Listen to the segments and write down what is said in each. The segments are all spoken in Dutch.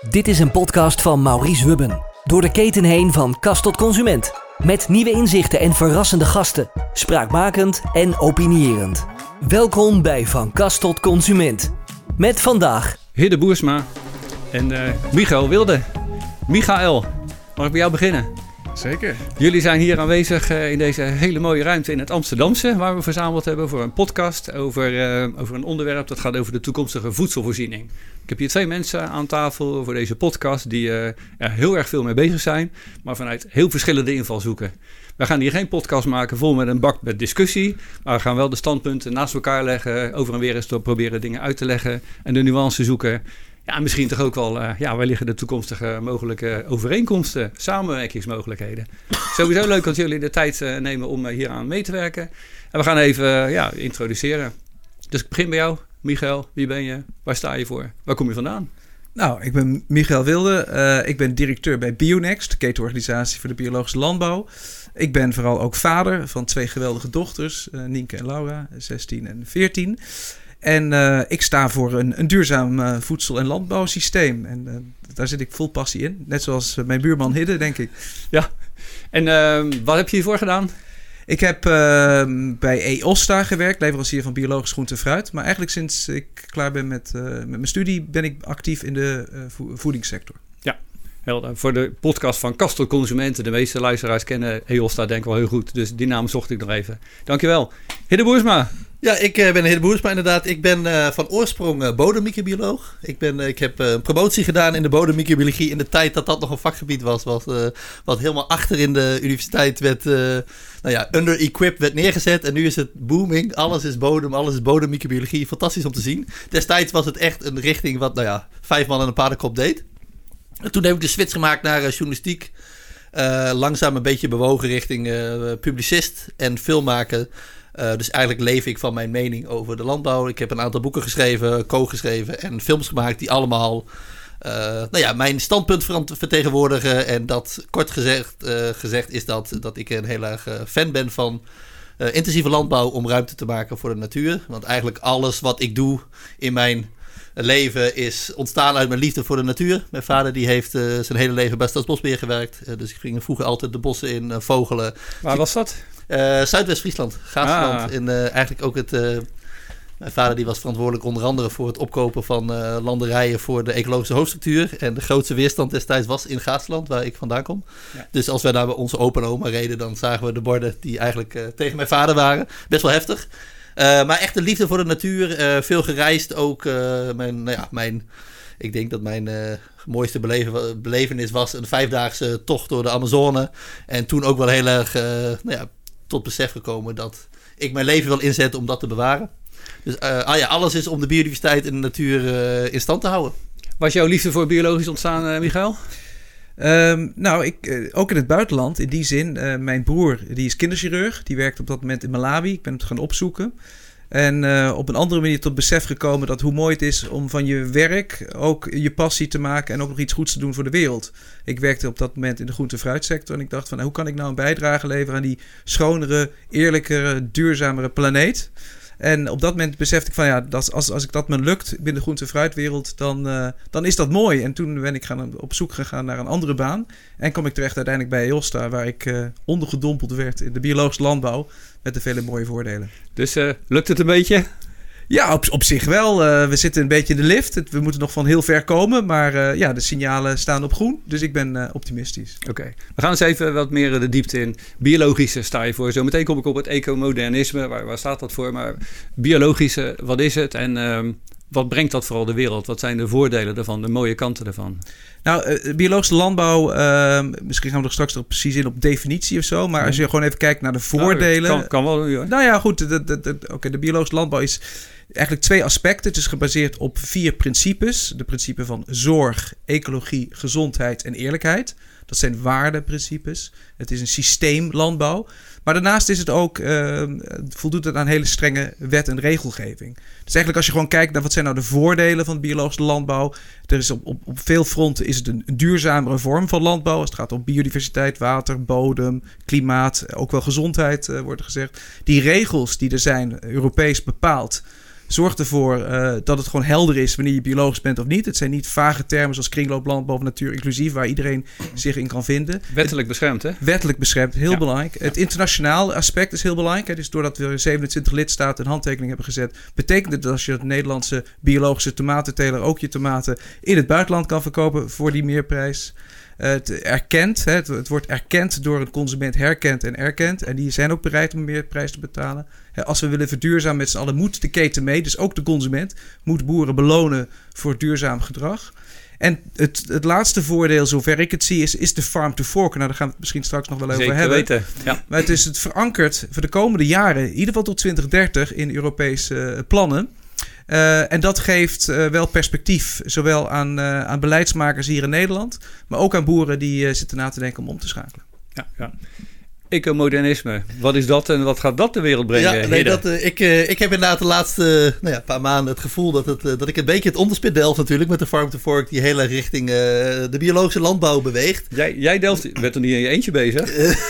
Dit is een podcast van Maurice Wubben. Door de keten heen van kast tot consument. Met nieuwe inzichten en verrassende gasten. Spraakmakend en opinierend. Welkom bij Van Kast tot Consument. Met vandaag Hidde Boersma en Michael Wilde. Michael, mag ik bij jou beginnen? Zeker. Jullie zijn hier aanwezig in deze hele mooie ruimte in het Amsterdamse, waar we verzameld hebben voor een podcast over een onderwerp dat gaat over de toekomstige voedselvoorziening. Ik heb hier 2 mensen aan tafel voor deze podcast die er heel erg veel mee bezig zijn, maar vanuit heel verschillende invalshoeken. We gaan hier geen podcast maken vol met een bak met discussie, maar we gaan wel de standpunten naast elkaar leggen, over en weer eens door proberen dingen uit te leggen en de nuance zoeken. Ja, misschien toch ook wel, waar liggen de toekomstige mogelijke overeenkomsten, samenwerkingsmogelijkheden. Sowieso leuk dat jullie de tijd nemen om hieraan mee te werken. En we gaan even introduceren. Dus ik begin bij jou, Michael. Wie ben je? Waar sta je voor? Waar kom je vandaan? Nou, ik ben Michael Wilde. Ik ben directeur bij Bionext, de ketenorganisatie voor de biologische landbouw. Ik ben vooral ook vader van 2 geweldige dochters, Nienke en Laura, 16 en 14. En ik sta voor een duurzaam voedsel- en landbouwsysteem. En daar zit ik vol passie in. Net zoals mijn buurman Hidde, denk ik. Ja, en wat heb je hiervoor gedaan? Ik heb bij EOSTA gewerkt, leverancier van biologisch groente en fruit. Maar eigenlijk sinds ik klaar ben met mijn studie ben ik actief in de voedingssector. Ja, helder. Voor de podcast van Kast tot Consumenten. De meeste luisteraars kennen EOSTA denk ik wel heel goed. Dus die naam zocht ik nog even. Dankjewel. Hidde Boersma. Ja, ik ben Hidde Boersma inderdaad. Ik ben van oorsprong bodemmicrobioloog. Ik heb een promotie gedaan in de bodemmicrobiologie in de tijd dat nog een vakgebied was. Wat helemaal achter in de universiteit werd, under-equipped werd neergezet. En nu is het booming. Alles is bodem, alles is bodemmicrobiologie. Fantastisch om te zien. Destijds was het echt een richting wat 5 man en een paardenkop deed. En toen heb ik de switch gemaakt naar journalistiek. Langzaam een beetje bewogen richting publicist en filmmaker. Dus eigenlijk leef ik van mijn mening over de landbouw. Ik heb een aantal boeken geschreven, co-geschreven en films gemaakt die allemaal mijn standpunt vertegenwoordigen. En dat kort gezegd is dat ik een heel erg fan ben van intensieve landbouw om ruimte te maken voor de natuur. Want eigenlijk alles wat ik doe in mijn leven is ontstaan uit mijn liefde voor de natuur. Mijn vader die heeft zijn hele leven bij Staatsbosbeheer gewerkt. Dus ik ging vroeger altijd de bossen in, vogelen. Waar was dat? Zuidwest-Friesland, Gaasland. En eigenlijk ook mijn vader die was verantwoordelijk onder andere voor het opkopen van landerijen voor de ecologische hoofdstructuur. En de grootste weerstand destijds was in Gaasland, waar ik vandaan kom. Ja. Dus als wij daar bij onze opa en oma reden, dan zagen we de borden die eigenlijk tegen mijn vader waren. Best wel heftig. Maar echt de liefde voor de natuur. Veel gereisd ook. Ik denk dat mijn mooiste belevenis was een 5-daagse tocht door de Amazone. En toen ook wel heel erg tot besef gekomen dat ik mijn leven wil inzetten om dat te bewaren. Dus alles is om de biodiversiteit en de natuur in stand te houden. Was jouw liefde voor biologisch ontstaan, Michael? Ook in het buitenland. In die zin, mijn broer die is kinderchirurg. Die werkt op dat moment in Malawi. Ik ben het gaan opzoeken. En op een andere manier tot besef gekomen dat hoe mooi het is om van je werk ook je passie te maken en ook nog iets goeds te doen voor de wereld. Ik werkte op dat moment in de groente- en fruitsector en ik dacht van hoe kan ik nou een bijdrage leveren aan die schonere, eerlijkere, duurzamere planeet. En op dat moment besefte ik van als ik dat me lukt binnen de groente- en fruitwereld, dan is dat mooi. En toen ben ik op zoek gegaan naar een andere baan. En kwam ik terecht uiteindelijk bij EOSTA, waar ik ondergedompeld werd in de biologische landbouw. Met de vele mooie voordelen. Dus lukt het een beetje? Ja, op zich wel. We zitten een beetje in de lift. We moeten nog van heel ver komen. Maar de signalen staan op groen. Dus ik ben optimistisch. Oké. We gaan eens even wat meer de diepte in. Biologische sta je voor. Zometeen kom ik op het ecomodernisme. Waar staat dat voor? Maar biologische, wat is het? En wat brengt dat vooral de wereld? Wat zijn de voordelen daarvan? De mooie kanten daarvan? Nou, biologische landbouw, misschien gaan we er straks nog precies in op definitie of zo. Maar als je gewoon even kijkt naar de voordelen. Kan wel. Ja. Nou ja, goed. De biologische landbouw is eigenlijk 2 aspecten. Het is gebaseerd op 4 principes. De principes van zorg, ecologie, gezondheid en eerlijkheid. Dat zijn waardeprincipes. Het is een systeemlandbouw. Maar daarnaast is het ook, voldoet het aan hele strenge wet- en regelgeving. Dus eigenlijk als je gewoon kijkt naar wat zijn nou de voordelen van biologische landbouw. Er is op veel fronten is het een duurzamere vorm van landbouw. Als het gaat om biodiversiteit, water, bodem, klimaat, ook wel gezondheid wordt gezegd. Die regels die er zijn, Europees bepaald, Zorg ervoor dat het gewoon helder is wanneer je biologisch bent of niet. Het zijn niet vage termen zoals kringlooplandbouw of natuur inclusief, waar iedereen zich in kan vinden. Wettelijk beschermd, hè? Wettelijk beschermd, heel belangrijk. Het internationaal aspect is heel belangrijk. Hè. Dus doordat we 27 lidstaten een handtekening hebben gezet, betekent het dat als je het Nederlandse biologische tomatenteler ook je tomaten in het buitenland kan verkopen voor die meerprijs. Het wordt erkend door een consument, herkend en erkend. En die zijn ook bereid om een meerprijs te betalen. Als we willen verduurzamen met z'n allen, moet de keten mee. Dus ook de consument moet boeren belonen voor duurzaam gedrag. En het laatste voordeel, zover ik het zie, is de farm to fork. Nou, daar gaan we het misschien straks nog wel over hebben. Weten, ja. Maar het is verankerd voor de komende jaren, in ieder geval tot 2030, in Europese plannen. En dat geeft wel perspectief, zowel aan beleidsmakers hier in Nederland, maar ook aan boeren die zitten na te denken om te schakelen. Ja. Ecomodernisme, wat is dat en wat gaat dat de wereld brengen? Ik heb inderdaad de laatste paar maanden het gevoel dat ik een beetje het onderspit delf natuurlijk met de farm to fork die heel erg richting de biologische landbouw beweegt. Jij delft, werd er niet in je eentje bezig?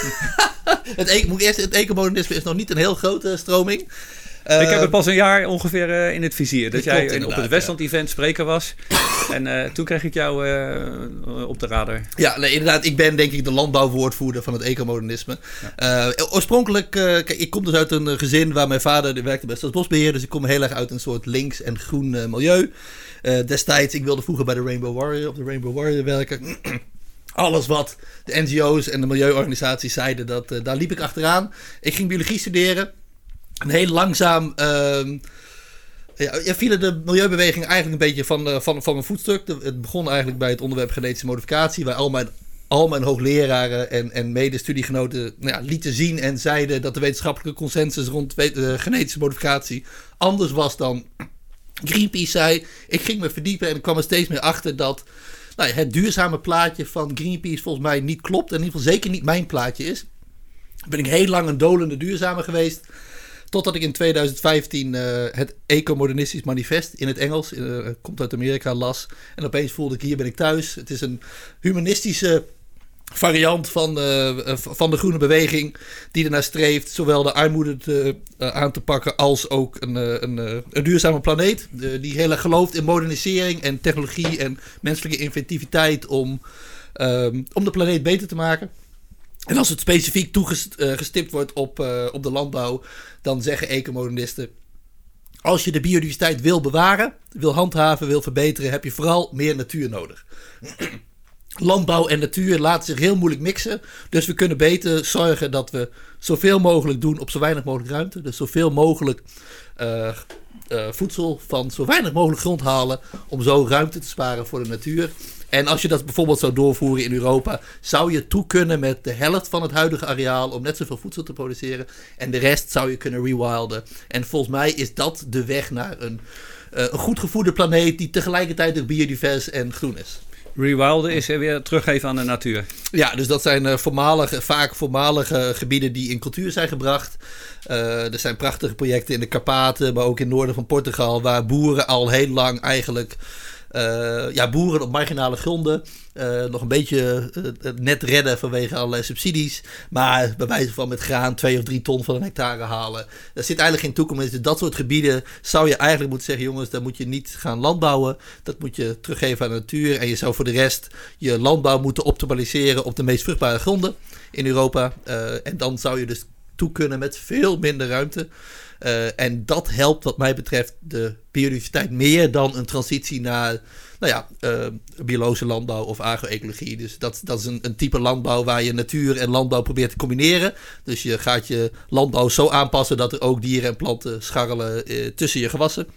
Het ecomodernisme is nog niet een heel grote stroming. Ik heb het pas een jaar ongeveer in het vizier. Dat jij op het Westland-event spreker was. En toen kreeg ik jou op de radar. Ja, nee, inderdaad. Ik ben denk ik de landbouwwoordvoerder van het ecomodernisme. Ja. Oorspronkelijk, ik kom dus uit een gezin waar mijn vader werkte bij Staatsbosbeheer. Dus ik kom heel erg uit een soort links en groen milieu. Destijds, ik wilde vroeger bij de Rainbow Warrior werken. Alles wat de NGO's en de milieuorganisaties zeiden, daar liep ik achteraan. Ik ging biologie studeren. En heel langzaam vielen de milieubeweging eigenlijk een beetje van mijn voetstuk. Het begon eigenlijk bij het onderwerp genetische modificatie, waar al mijn hoogleraren en medestudiegenoten lieten zien en zeiden dat de wetenschappelijke consensus rond genetische modificatie anders was dan Greenpeace zei. Ik ging me verdiepen en ik kwam er steeds meer achter dat het duurzame plaatje van Greenpeace volgens mij niet klopt. En in ieder geval zeker niet mijn plaatje is. Ben ik heel lang een dolende duurzame geweest. Totdat ik in 2015 het Ecomodernistisch Manifest in het Engels, komt uit Amerika, las. En opeens voelde ik, hier ben ik thuis. Het is een humanistische variant van de groene beweging die ernaar streeft zowel de armoede aan te pakken als ook een duurzame planeet. Die heel erg gelooft in modernisering en technologie en menselijke inventiviteit om de planeet beter te maken. En als het specifiek toegestipt wordt op de landbouw, dan zeggen ecomodernisten, als je de biodiversiteit wil bewaren, wil handhaven, wil verbeteren, heb je vooral meer natuur nodig. Landbouw en natuur laten zich heel moeilijk mixen. Dus we kunnen beter zorgen dat we zoveel mogelijk doen op zo weinig mogelijk ruimte. Dus zoveel mogelijk voedsel van zo weinig mogelijk grond halen om zo ruimte te sparen voor de natuur. En als je dat bijvoorbeeld zou doorvoeren in Europa, zou je toe kunnen met de helft van het huidige areaal om net zoveel voedsel te produceren. En de rest zou je kunnen rewilden. En volgens mij is dat de weg naar een goed gevoede planeet die tegelijkertijd ook biodivers en groen is. Rewilden is weer teruggeven aan de natuur. Ja, dus dat zijn vaak voormalige gebieden die in cultuur zijn gebracht. Er zijn prachtige projecten in de Karpaten, maar ook in het noorden van Portugal, waar boeren al heel lang eigenlijk boeren op marginale gronden nog een beetje net redden vanwege allerlei subsidies. Maar bij wijze van met graan 2 of 3 ton van een hectare halen. Daar zit eigenlijk geen toekomst in. Dus dat soort gebieden zou je eigenlijk moeten zeggen, jongens, daar moet je niet gaan landbouwen. Dat moet je teruggeven aan de natuur. En je zou voor de rest je landbouw moeten optimaliseren op de meest vruchtbare gronden in Europa. En dan zou je dus toe kunnen met veel minder ruimte. En dat helpt wat mij betreft de biodiversiteit meer dan een transitie naar biologische landbouw of agro-ecologie. Dus dat is een type landbouw waar je natuur en landbouw probeert te combineren. Dus je gaat je landbouw zo aanpassen dat er ook dieren en planten scharrelen tussen je gewassen.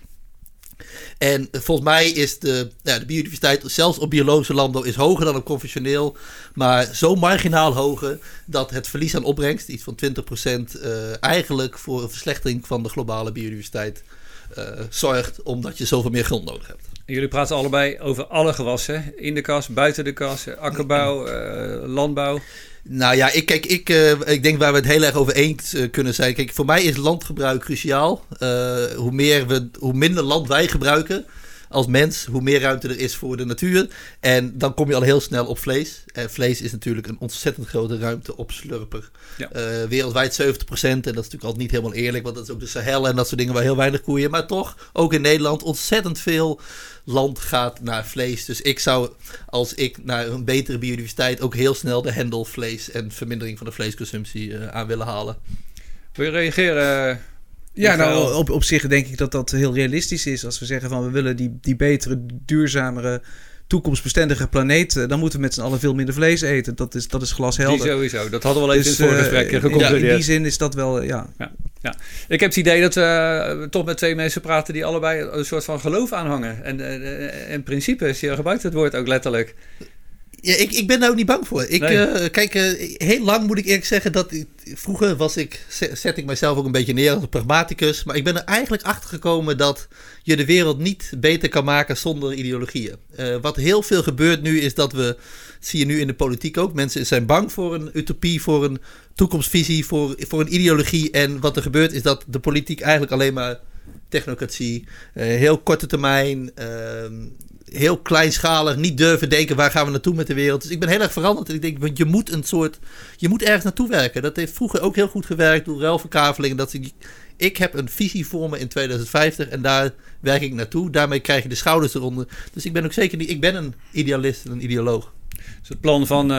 En volgens mij is de biodiversiteit zelfs op biologische landbouw is hoger dan op conventioneel. Maar zo marginaal hoger dat het verlies aan opbrengst, iets van 20%, eigenlijk voor een verslechtering van de globale biodiversiteit zorgt. Omdat je zovver meer grond nodig hebt. Jullie praten allebei over alle gewassen. In de kas, buiten de kas, akkerbouw, landbouw. Nou ja, ik denk waar we het heel erg over eens kunnen zijn. Kijk, voor mij is landgebruik cruciaal. Hoe minder land wij gebruiken, als mens, hoe meer ruimte er is voor de natuur. En dan kom je al heel snel op vlees. En vlees is natuurlijk een ontzettend grote ruimteopslurper. Ja. Wereldwijd 70%. En dat is natuurlijk altijd niet helemaal eerlijk, want dat is ook de Sahel en dat soort dingen waar heel weinig koeien. Maar toch, ook in Nederland, ontzettend veel land gaat naar vlees. Dus ik zou, als ik naar een betere biodiversiteit, ook heel snel de hendel vlees en vermindering van de vleesconsumptie aan willen halen. Wil je reageren? Ja, nou op zich denk ik dat dat heel realistisch is. Als we zeggen van we willen die betere, duurzamere, toekomstbestendige planeet, dan moeten we met z'n allen veel minder vlees eten. Dat is glashelder. Die sowieso. Dat hadden we al even in het vorige gesprek geconcludeerd. In die zin is dat wel, ja. Ik heb het idee dat we toch met twee mensen praten die allebei een soort van geloof aanhangen. En principes, je gebruikt het woord ook letterlijk. Ja, ik ben daar ook niet bang voor. Kijk, heel lang moet ik eerlijk zeggen dat vroeger zet ik mezelf ook een beetje neer als een pragmaticus. Maar ik ben er eigenlijk achter gekomen dat je de wereld niet beter kan maken zonder ideologieën. Wat heel veel gebeurt nu is dat zie je nu in de politiek ook, mensen zijn bang voor een utopie, voor een toekomstvisie, voor een ideologie. En wat er gebeurt is dat de politiek eigenlijk alleen maar technocratie, heel korte termijn, heel kleinschalig, niet durven denken waar gaan we naartoe met de wereld. Dus ik ben heel erg veranderd. En ik denk, want je moet ergens naartoe werken. Dat heeft vroeger ook heel goed gewerkt door ruilverkaveling. Ik heb een visie voor me in 2050 en daar werk ik naartoe. Daarmee krijg je de schouders eronder. Dus ik ben ook zeker niet, ik ben een idealist en een ideoloog. Dus het plan van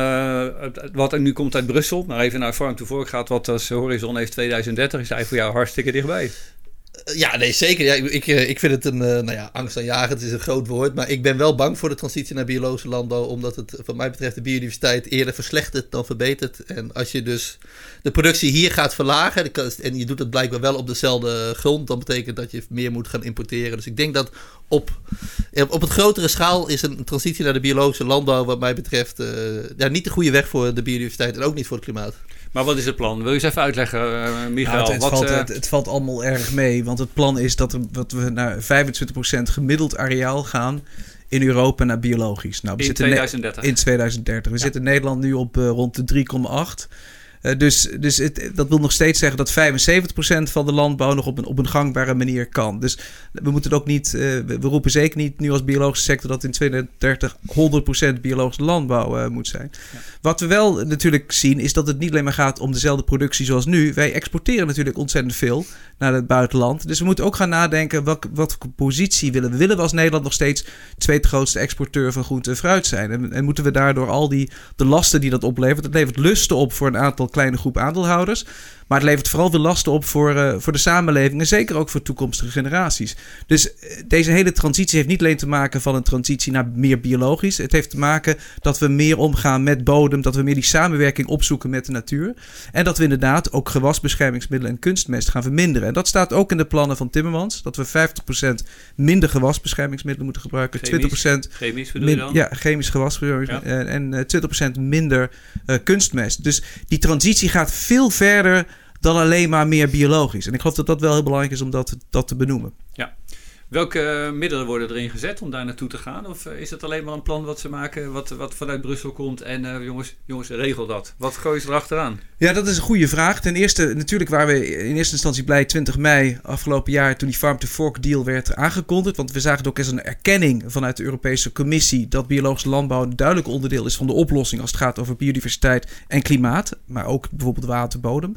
wat er nu komt uit Brussel, maar even naar Farm to Fork gaat, wat als horizon heeft 2030, is eigenlijk voor jou hartstikke dichtbij. Ja, nee, zeker. Ja, ik vind het een angstaanjagend, het is een groot woord. Maar ik ben wel bang voor de transitie naar biologische landbouw. Omdat het wat mij betreft de biodiversiteit eerder verslechtert dan verbetert. En als je dus de productie hier gaat verlagen, en je doet het blijkbaar wel op dezelfde grond, dan betekent dat je meer moet gaan importeren. Dus ik denk dat op een grotere schaal is een transitie naar de biologische landbouw wat mij betreft niet de goede weg voor de biodiversiteit en ook niet voor het klimaat. Maar wat is het plan? Wil je eens even uitleggen, Michael? Het valt allemaal erg mee. Want het plan is dat we naar 25% gemiddeld areaal gaan in Europa naar biologisch. Nou, in 2030. In 2030. We zitten in Nederland nu op rond de 3,8. Dus dat wil nog steeds zeggen dat 75% van de landbouw nog op een gangbare manier kan. Dus we moeten het ook niet. We roepen zeker niet nu als biologische sector dat in 2030 100% biologische landbouw moet zijn. Ja. Wat we wel natuurlijk zien is dat het niet alleen maar gaat om dezelfde productie zoals nu. Wij exporteren natuurlijk ontzettend veel naar het buitenland. Dus we moeten ook gaan nadenken wat voor positie willen we. Willen we als Nederland nog steeds tweede grootste exporteur van groente en fruit zijn? En moeten we daardoor al de lasten die dat oplevert. Het levert lusten op voor een aantal kleine groep aandeelhouders. Maar het levert vooral veel lasten op voor de samenleving en zeker ook voor toekomstige generaties. Dus deze hele transitie heeft niet alleen te maken van een transitie naar meer biologisch. Het heeft te maken dat we meer omgaan met bodem, dat we meer die samenwerking opzoeken met de natuur. En dat we inderdaad ook gewasbeschermingsmiddelen en kunstmest gaan verminderen. En dat staat ook in de plannen van Timmermans. Dat we 50% minder gewasbeschermingsmiddelen moeten gebruiken. Chemisch bedoel je dan? Ja, chemisch gewasbeschermingsmiddelen. Ja. En 20% minder kunstmest. Dus die transitie gaat veel verder dan alleen maar meer biologisch. En ik geloof dat dat wel heel belangrijk is om dat te benoemen. Ja. Welke middelen worden erin gezet om daar naartoe te gaan? Of is het alleen maar een plan wat ze maken, wat vanuit Brussel komt en jongens, regel dat. Wat gooien ze erachteraan? Ja, dat is een goede vraag. Ten eerste, natuurlijk waren we in eerste instantie blij 20 mei afgelopen jaar toen die Farm to Fork deal werd aangekondigd. Want we zagen het ook als een erkenning vanuit de Europese Commissie dat biologische landbouw een duidelijk onderdeel is van de oplossing als het gaat over biodiversiteit en klimaat. Maar ook bijvoorbeeld water, bodem.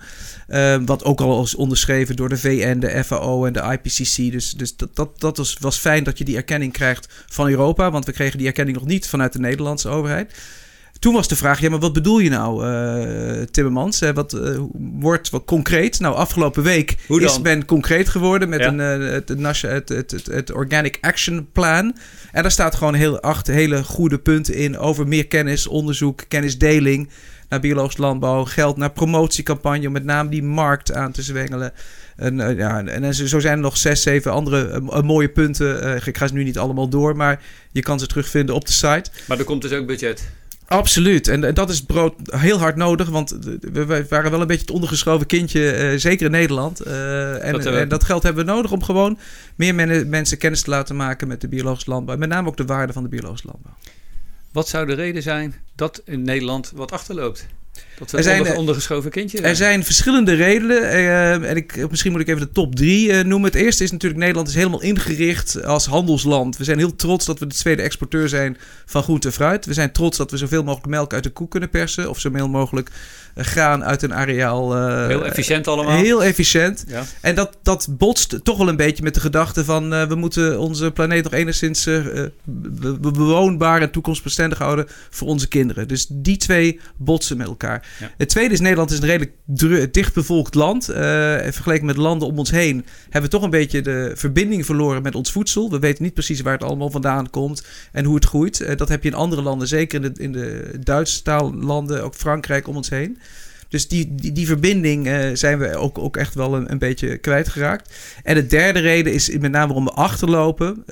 Wat ook al is onderschreven door de VN, de FAO en de IPCC. Dus dat was fijn dat je die erkenning krijgt van Europa. Want we kregen die erkenning nog niet vanuit de Nederlandse overheid. Toen was de vraag, ja, maar wat bedoel je nou, Timmermans? Wordt wat concreet? Nou, afgelopen week is men concreet geworden met het Organic Action Plan. En daar staat gewoon 8 hele goede punten in over meer kennis, onderzoek, kennisdeling naar biologisch landbouw, geld naar promotiecampagne om met name die markt aan te zwengelen. En zo zijn er nog 6, 7 andere mooie punten. Ik ga ze nu niet allemaal door, maar je kan ze terugvinden op de site. Maar er komt dus ook budget. Absoluut. En dat is brood heel hard nodig, want we waren wel een beetje het ondergeschoven kindje, zeker in Nederland. En dat geld hebben we nodig om gewoon meer mensen kennis te laten maken met de biologische landbouw. Met name ook de waarde van de biologische landbouw. Wat zou de reden zijn dat in Nederland wat achterloopt? Dat we een ondergeschoven kindje zijn. Er zijn verschillende redenen. En misschien moet ik even de top 3 noemen. Het eerste is natuurlijk, Nederland is helemaal ingericht als handelsland. We zijn heel trots dat we de tweede exporteur zijn van groente en fruit. We zijn trots dat we zoveel mogelijk melk uit de koe kunnen persen. Of zoveel mogelijk graan uit een areaal. Heel efficiënt allemaal. Heel efficiënt. Ja. En dat botst toch wel een beetje met de gedachte van we moeten onze planeet nog enigszins bewoonbaar en toekomstbestendig houden voor onze kinderen. Dus die twee botsen met elkaar. Ja. Het tweede is, Nederland is een redelijk dichtbevolkt land. Vergeleken met landen om ons heen hebben we toch een beetje de verbinding verloren met ons voedsel. We weten niet precies waar het allemaal vandaan komt en hoe het groeit. Dat heb je in andere landen, zeker in de Duitse taallanden, ook Frankrijk om ons heen. Dus die verbinding zijn we ook echt wel een beetje kwijtgeraakt. En de derde reden is met name waarom we achterlopen.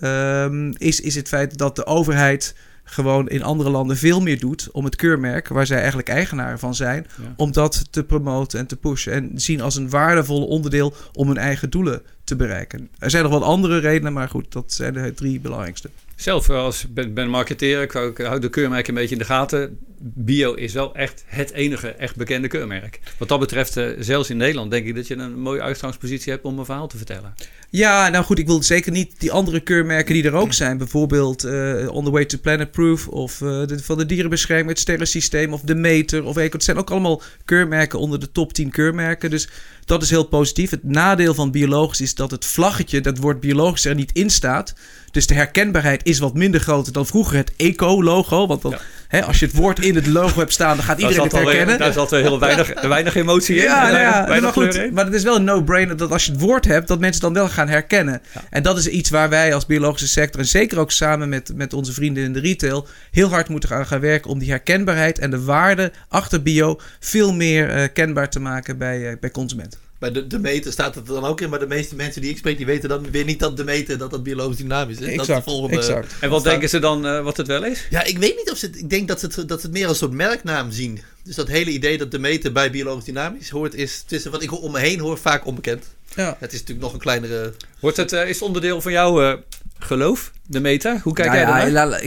Is het feit dat de overheid gewoon in andere landen veel meer doet om het keurmerk, waar zij eigenlijk eigenaar van zijn, om dat te promoten en te pushen. En zien als een waardevolle onderdeel om hun eigen doelen te bereiken. Er zijn nog wat andere redenen, maar goed, dat zijn de 3 belangrijkste. Zelf als ben marketeer, ik hou de keurmerken een beetje in de gaten. Bio is wel echt het enige echt bekende keurmerk. Wat dat betreft, zelfs in Nederland, denk ik dat je een mooie uitgangspositie hebt om een verhaal te vertellen. Ja, nou goed, ik wil zeker niet die andere keurmerken die er ook zijn. Bijvoorbeeld On the Way to Planet Proof of van de dierenbescherming, het sterrensysteem of de Meter of Eco. Het zijn ook allemaal keurmerken onder de top 10 keurmerken. Dus dat is heel positief. Het nadeel van biologisch is dat het vlaggetje, dat woord biologisch, er niet in staat. Dus de herkenbaarheid is wat minder groot dan vroeger het eco-logo. Want dan, als je het woord in het logo hebt staan, dan gaat iedereen het herkennen. Daar zat heel weinig emotie in. Maar goed. Maar het is wel een no-brainer dat als je het woord hebt, dat mensen dan wel gaan herkennen. Ja. En dat is iets waar wij als biologische sector, en zeker ook samen met onze vrienden in de retail, heel hard moeten gaan werken om die herkenbaarheid en de waarde achter bio veel meer kenbaar te maken bij consumenten. Bij de Meter staat het er dan ook in, maar de meeste mensen die ik spreek, die weten dan weer niet dat de Meter dat biologisch dynamisch is. Exact, dat is de volgende. Exact. En wat denken ze dan wat het wel is? Ja, ik weet niet of ik denk dat ze het meer als een soort merknaam zien. Dus dat hele idee dat de Meter bij biologisch dynamisch hoort, is tussen wat ik om me heen hoor vaak onbekend. Ja. Het is natuurlijk nog een kleinere. Wordt het is het onderdeel van jouw geloof, de Meter? Hoe kijk jij daarnaar?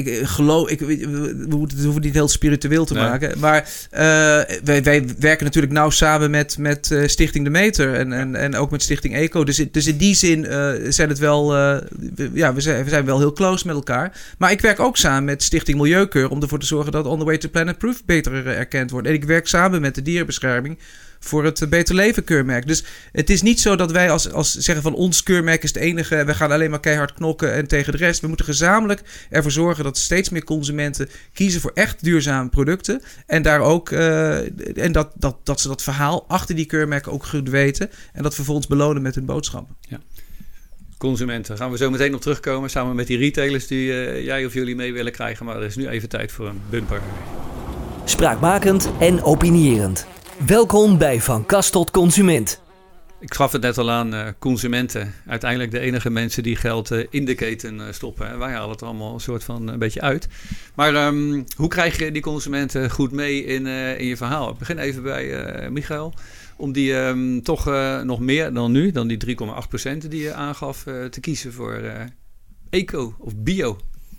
We hoeven niet heel spiritueel te maken. Maar wij werken natuurlijk nauw samen met Stichting de Meter en ook met Stichting Eco. Dus in die zin zijn het wel. We zijn wel heel close met elkaar. Maar ik werk ook samen met Stichting Milieukeur om ervoor te zorgen dat On the Way to Planet Proof beter erkend wordt. En ik werk samen met de dierenbescherming voor het Beter Leven keurmerk. Dus het is niet zo dat wij als zeggen van ons keurmerk is het enige, we gaan alleen maar keihard knokken en tegen de rest. We moeten gezamenlijk ervoor zorgen dat steeds meer consumenten kiezen voor echt duurzame producten. En daar ook dat ze dat verhaal achter die keurmerken ook goed weten. En dat vervolgens belonen met hun boodschappen. Ja. Consumenten, gaan we zo meteen op terugkomen samen met die retailers die jij of jullie mee willen krijgen. Maar er is nu even tijd voor een bumper. Spraakmakend en opinierend. Welkom bij Van Kast tot Consument. Ik gaf het net al aan, consumenten. Uiteindelijk de enige mensen die geld in de keten stoppen. Wij halen het allemaal een soort van een beetje uit. Maar hoe krijg je die consumenten goed mee in je verhaal? Ik begin even bij Michael. Om die toch nog meer dan nu, dan die 3,8% die je aangaf, te kiezen voor eco of bio.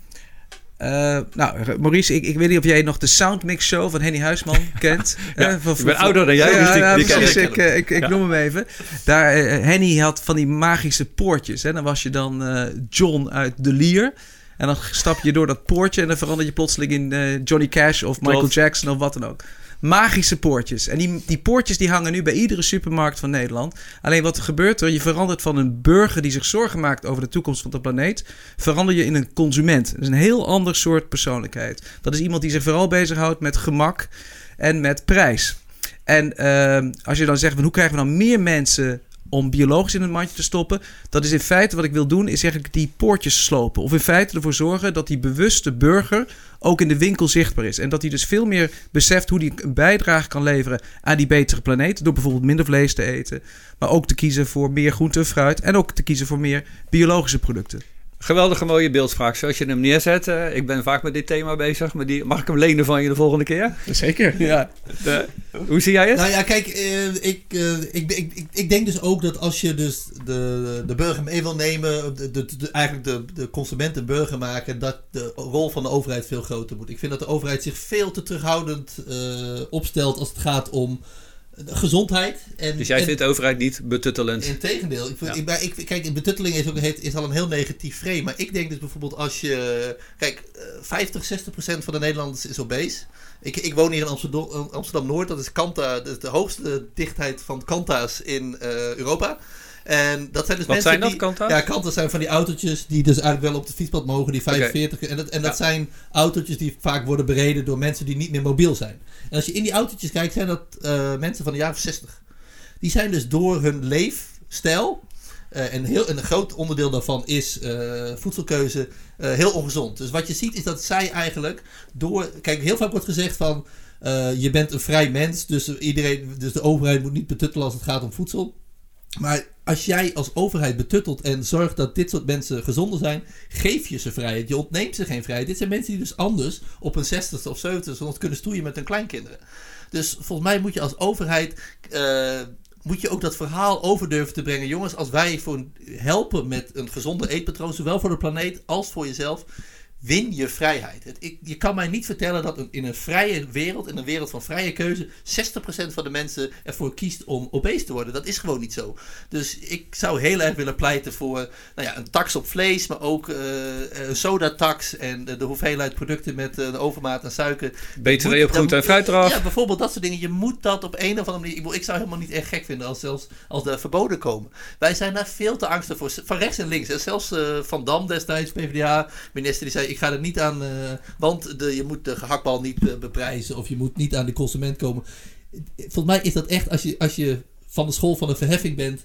Maurice, ik weet niet of jij nog de Soundmix Show van Henny Huisman kent. Ik ben ouder dan jij, dus ik noem hem even. Daar, Henny had van die magische poortjes. Hè. Dan was je dan John uit De Lier. En dan stap je door dat poortje en dan verander je plotseling in Johnny Cash of Michael Jackson of wat dan ook. Magische poortjes. En die poortjes die hangen nu bij iedere supermarkt van Nederland. Alleen wat er gebeurt je verandert van een burger die zich zorgen maakt over de toekomst van de planeet, verander je in een consument. Dat is een heel ander soort persoonlijkheid. Dat is iemand die zich vooral bezighoudt met gemak en met prijs. En als je dan zegt, hoe krijgen we dan meer mensen om biologisch in een mandje te stoppen? Dat is in feite wat ik wil doen, is eigenlijk die poortjes slopen. Of in feite ervoor zorgen dat die bewuste burger ook in de winkel zichtbaar is. En dat hij dus veel meer beseft hoe hij een bijdrage kan leveren aan die betere planeet. Door bijvoorbeeld minder vlees te eten. Maar ook te kiezen voor meer groente en fruit. En ook te kiezen voor meer biologische producten. Geweldige mooie beeldspraak, zoals je hem neerzet. Ik ben vaak met dit thema bezig, maar mag ik hem lenen van je de volgende keer? Zeker, ja. Hoe zie jij het? Nou ja, kijk, ik denk dus ook dat als je dus de burger mee wil nemen, eigenlijk de consument een burger maken, dat de rol van de overheid veel groter moet. Ik vind dat de overheid zich veel te terughoudend opstelt als het gaat om gezondheid. Dus jij vindt de overheid niet betuttelend? Integendeel. Kijk, betutteling is al een heel negatief frame. Maar ik denk dus bijvoorbeeld als je... Kijk, 50-60% van de Nederlanders is obese. Ik woon hier in Amsterdam-Noord. Dat is Kanta, dat is de hoogste dichtheid van Kanta's in Europa. En dat zijn dus Wat mensen zijn dat, die... Kanta's? Ja, Kanta's zijn van die autootjes die dus eigenlijk wel op de fietspad mogen, die 45. Okay. En dat zijn autootjes die vaak worden bereden door mensen die niet meer mobiel zijn. En als je in die autootjes kijkt, zijn dat mensen van de jaren 60. Die zijn dus door hun leefstijl, en een groot onderdeel daarvan is voedselkeuze, heel ongezond. Dus wat je ziet is dat zij eigenlijk Kijk, heel vaak wordt gezegd van, je bent een vrij mens, dus de overheid moet niet betuttelen als het gaat om voedsel. Maar als jij als overheid betuttelt en zorgt dat dit soort mensen gezonder zijn, geef je ze vrijheid. Je ontneemt ze geen vrijheid. Dit zijn mensen die dus anders op een 60ste of 70ste nog kunnen stoeien met hun kleinkinderen. Dus volgens mij moet je als overheid moet je ook dat verhaal over durven te brengen. Jongens, als wij helpen met een gezonde eetpatroon, zowel voor de planeet als voor jezelf, win je vrijheid. Je kan mij niet vertellen dat in een vrije wereld, in een wereld van vrije keuze, 60% van de mensen ervoor kiest om obese te worden. Dat is gewoon niet zo. Dus ik zou heel erg willen pleiten voor een tax op vlees, maar ook een sodatax en de hoeveelheid producten met een overmaat aan suiker. BTW op groente en fruit eraf. Ja, bijvoorbeeld dat soort dingen. Je moet dat op een of andere manier... Ik zou helemaal niet echt gek vinden als er verboden komen. Wij zijn daar veel te angstig voor. Van rechts en links. En zelfs Van Dam destijds, PvdA-minister, die zei, ik ga er niet aan... want je moet de gehaktbal niet beprijzen of je moet niet aan de consument komen. Volgens mij is dat echt, als je van de school van de verheffing bent,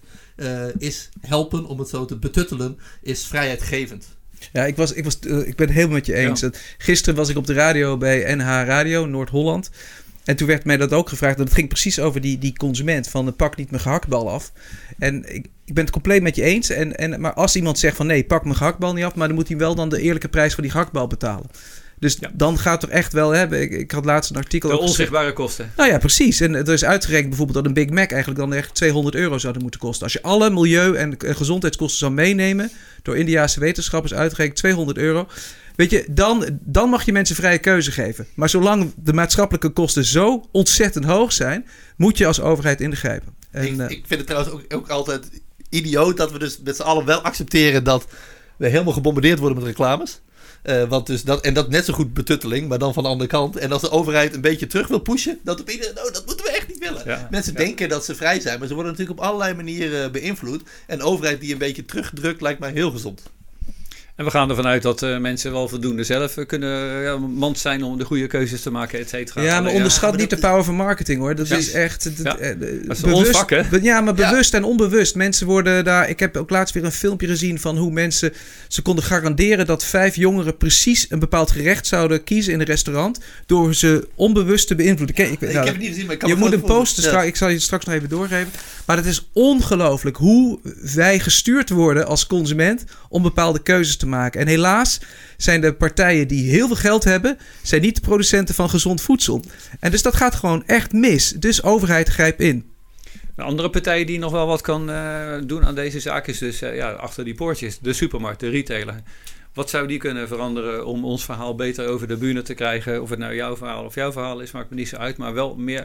is helpen, om het zo te betuttelen, is vrijheidgevend. Ja, ik ben het helemaal met je eens. Ja. Gisteren was ik op de radio bij NH Radio, Noord-Holland. En toen werd mij dat ook gevraagd. En dat ging precies over die consument. Van pak niet mijn gehaktbal af. En ik ben het compleet met je eens. Maar als iemand zegt van nee, pak mijn gehaktbal niet af. Maar dan moet hij wel dan de eerlijke prijs van die gehaktbal betalen. Dus dan gaat er echt wel... Ik had laatst een artikel... De onzichtbare kosten. Nou ja, precies. En er is uitgerekend bijvoorbeeld dat een Big Mac eigenlijk dan echt €200 zouden moeten kosten. Als je alle milieu- en gezondheidskosten zou meenemen, door Indiase wetenschappers uitgerekend €200... Weet je, dan mag je mensen vrije keuze geven. Maar zolang de maatschappelijke kosten zo ontzettend hoog zijn, moet je als overheid ingrijpen. Ik vind het trouwens ook altijd idioot dat we dus met z'n allen wel accepteren dat we helemaal gebombardeerd worden met reclames. Want dus dat net zo goed betutteling, maar dan van de andere kant. En als de overheid een beetje terug wil pushen, dat moeten we echt niet willen. Ja, mensen denken dat ze vrij zijn, maar ze worden natuurlijk op allerlei manieren beïnvloed. En een overheid die een beetje terugdrukt lijkt mij heel gezond. En we gaan ervan uit dat mensen wel voldoende zelf kunnen mand zijn om de goede keuzes te maken, et cetera. Ja, maar onderschat niet de power van marketing, hoor. Dat is echt... dat is ons vak, hè? Ja, maar bewust en onbewust. Mensen worden daar... Ik heb ook laatst weer een filmpje gezien van hoe mensen... Ze konden garanderen dat 5 jongeren precies een bepaald gerecht zouden kiezen in een restaurant, door ze onbewust te beïnvloeden. Ik heb het niet gezien, maar ik kan je moet een poster... Ik zal je straks nog even doorgeven. Maar het is ongelooflijk hoe wij gestuurd worden als consument om bepaalde keuzes te maken. En helaas zijn de partijen die heel veel geld hebben, zijn niet de producenten van gezond voedsel. En dus dat gaat gewoon echt mis. Dus overheid grijpt in. Een andere partij die nog wel wat kan doen aan deze zaak is dus achter die poortjes. De supermarkt, de retailer. Wat zou die kunnen veranderen om ons verhaal beter over de bühne te krijgen? Of het nou jouw verhaal of jouw verhaal is, maakt me niet zo uit. Maar wel meer...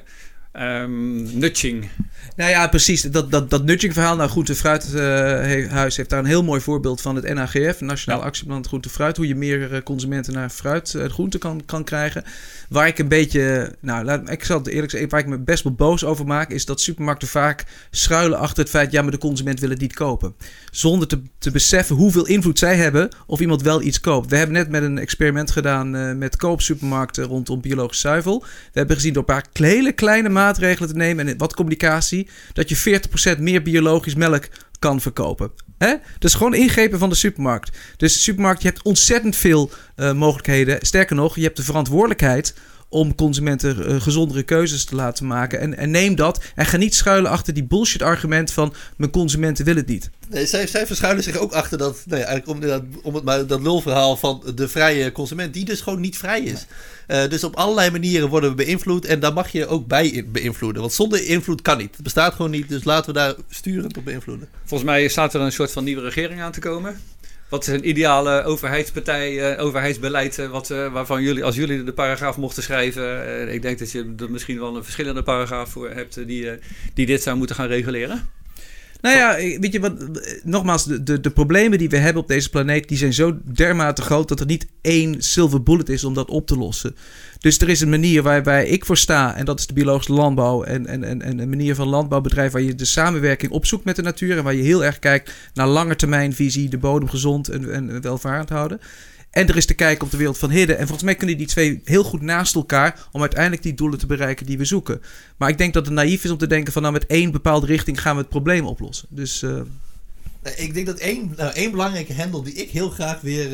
nudging. Nou ja, precies. Dat nudging verhaal. Nou, Groente- en Fruithuis heeft daar een heel mooi voorbeeld van het NAGF, Nationaal Actieplan Groente en Fruit. Hoe je meer consumenten naar fruit en groente kan krijgen. Waar ik een beetje... ik zal het eerlijk zeggen, waar ik me best wel boos over maak, is dat supermarkten vaak schuilen achter het feit, maar de consument wil het niet kopen. Zonder te beseffen hoeveel invloed zij hebben of iemand wel iets koopt. We hebben net met een experiment gedaan met koopsupermarkten rondom biologisch zuivel. We hebben gezien door een paar hele kleine maatregelen te nemen en wat communicatie, dat je 40% meer biologisch melk kan verkopen. Dat is gewoon ingrepen van de supermarkt. Dus de supermarkt, je hebt ontzettend veel mogelijkheden. Sterker nog, je hebt de verantwoordelijkheid om consumenten gezondere keuzes te laten maken. En neem dat en ga niet schuilen achter die bullshit argument van mijn consumenten willen het niet. Nee, zij verschuilen zich ook achter dat, eigenlijk om het maar dat lulverhaal van de vrije consument, die dus gewoon niet vrij is. Dus op allerlei manieren worden we beïnvloed en daar mag je ook bij beïnvloeden. Want zonder invloed kan niet. Het bestaat gewoon niet, dus laten we daar sturend op beïnvloeden. Volgens mij staat er een soort van nieuwe regering aan te komen. Wat is een ideale overheidspartij, overheidsbeleid, waarvan jullie, als jullie de paragraaf mochten schrijven, ik denk dat je er misschien wel een verschillende paragraaf voor hebt die dit zou moeten gaan reguleren? Nou ja, weet je wat, nogmaals, de problemen die we hebben op deze planeet, die zijn zo dermate groot dat er niet één silver bullet is om dat op te lossen. Dus er is een manier waarbij ik voor sta, en dat is de biologische landbouw en een manier van landbouwbedrijf waar je de samenwerking opzoekt met de natuur en waar je heel erg kijkt naar langetermijnvisie, de bodem gezond en welvarend houden. En er is te kijken op de wereld van Hidden. En volgens mij kunnen die twee heel goed naast elkaar om uiteindelijk die doelen te bereiken die we zoeken. Maar ik denk dat het naïef is om te denken van nou met één bepaalde richting gaan we het probleem oplossen. Dus ik denk dat één belangrijke hendel die ik heel graag weer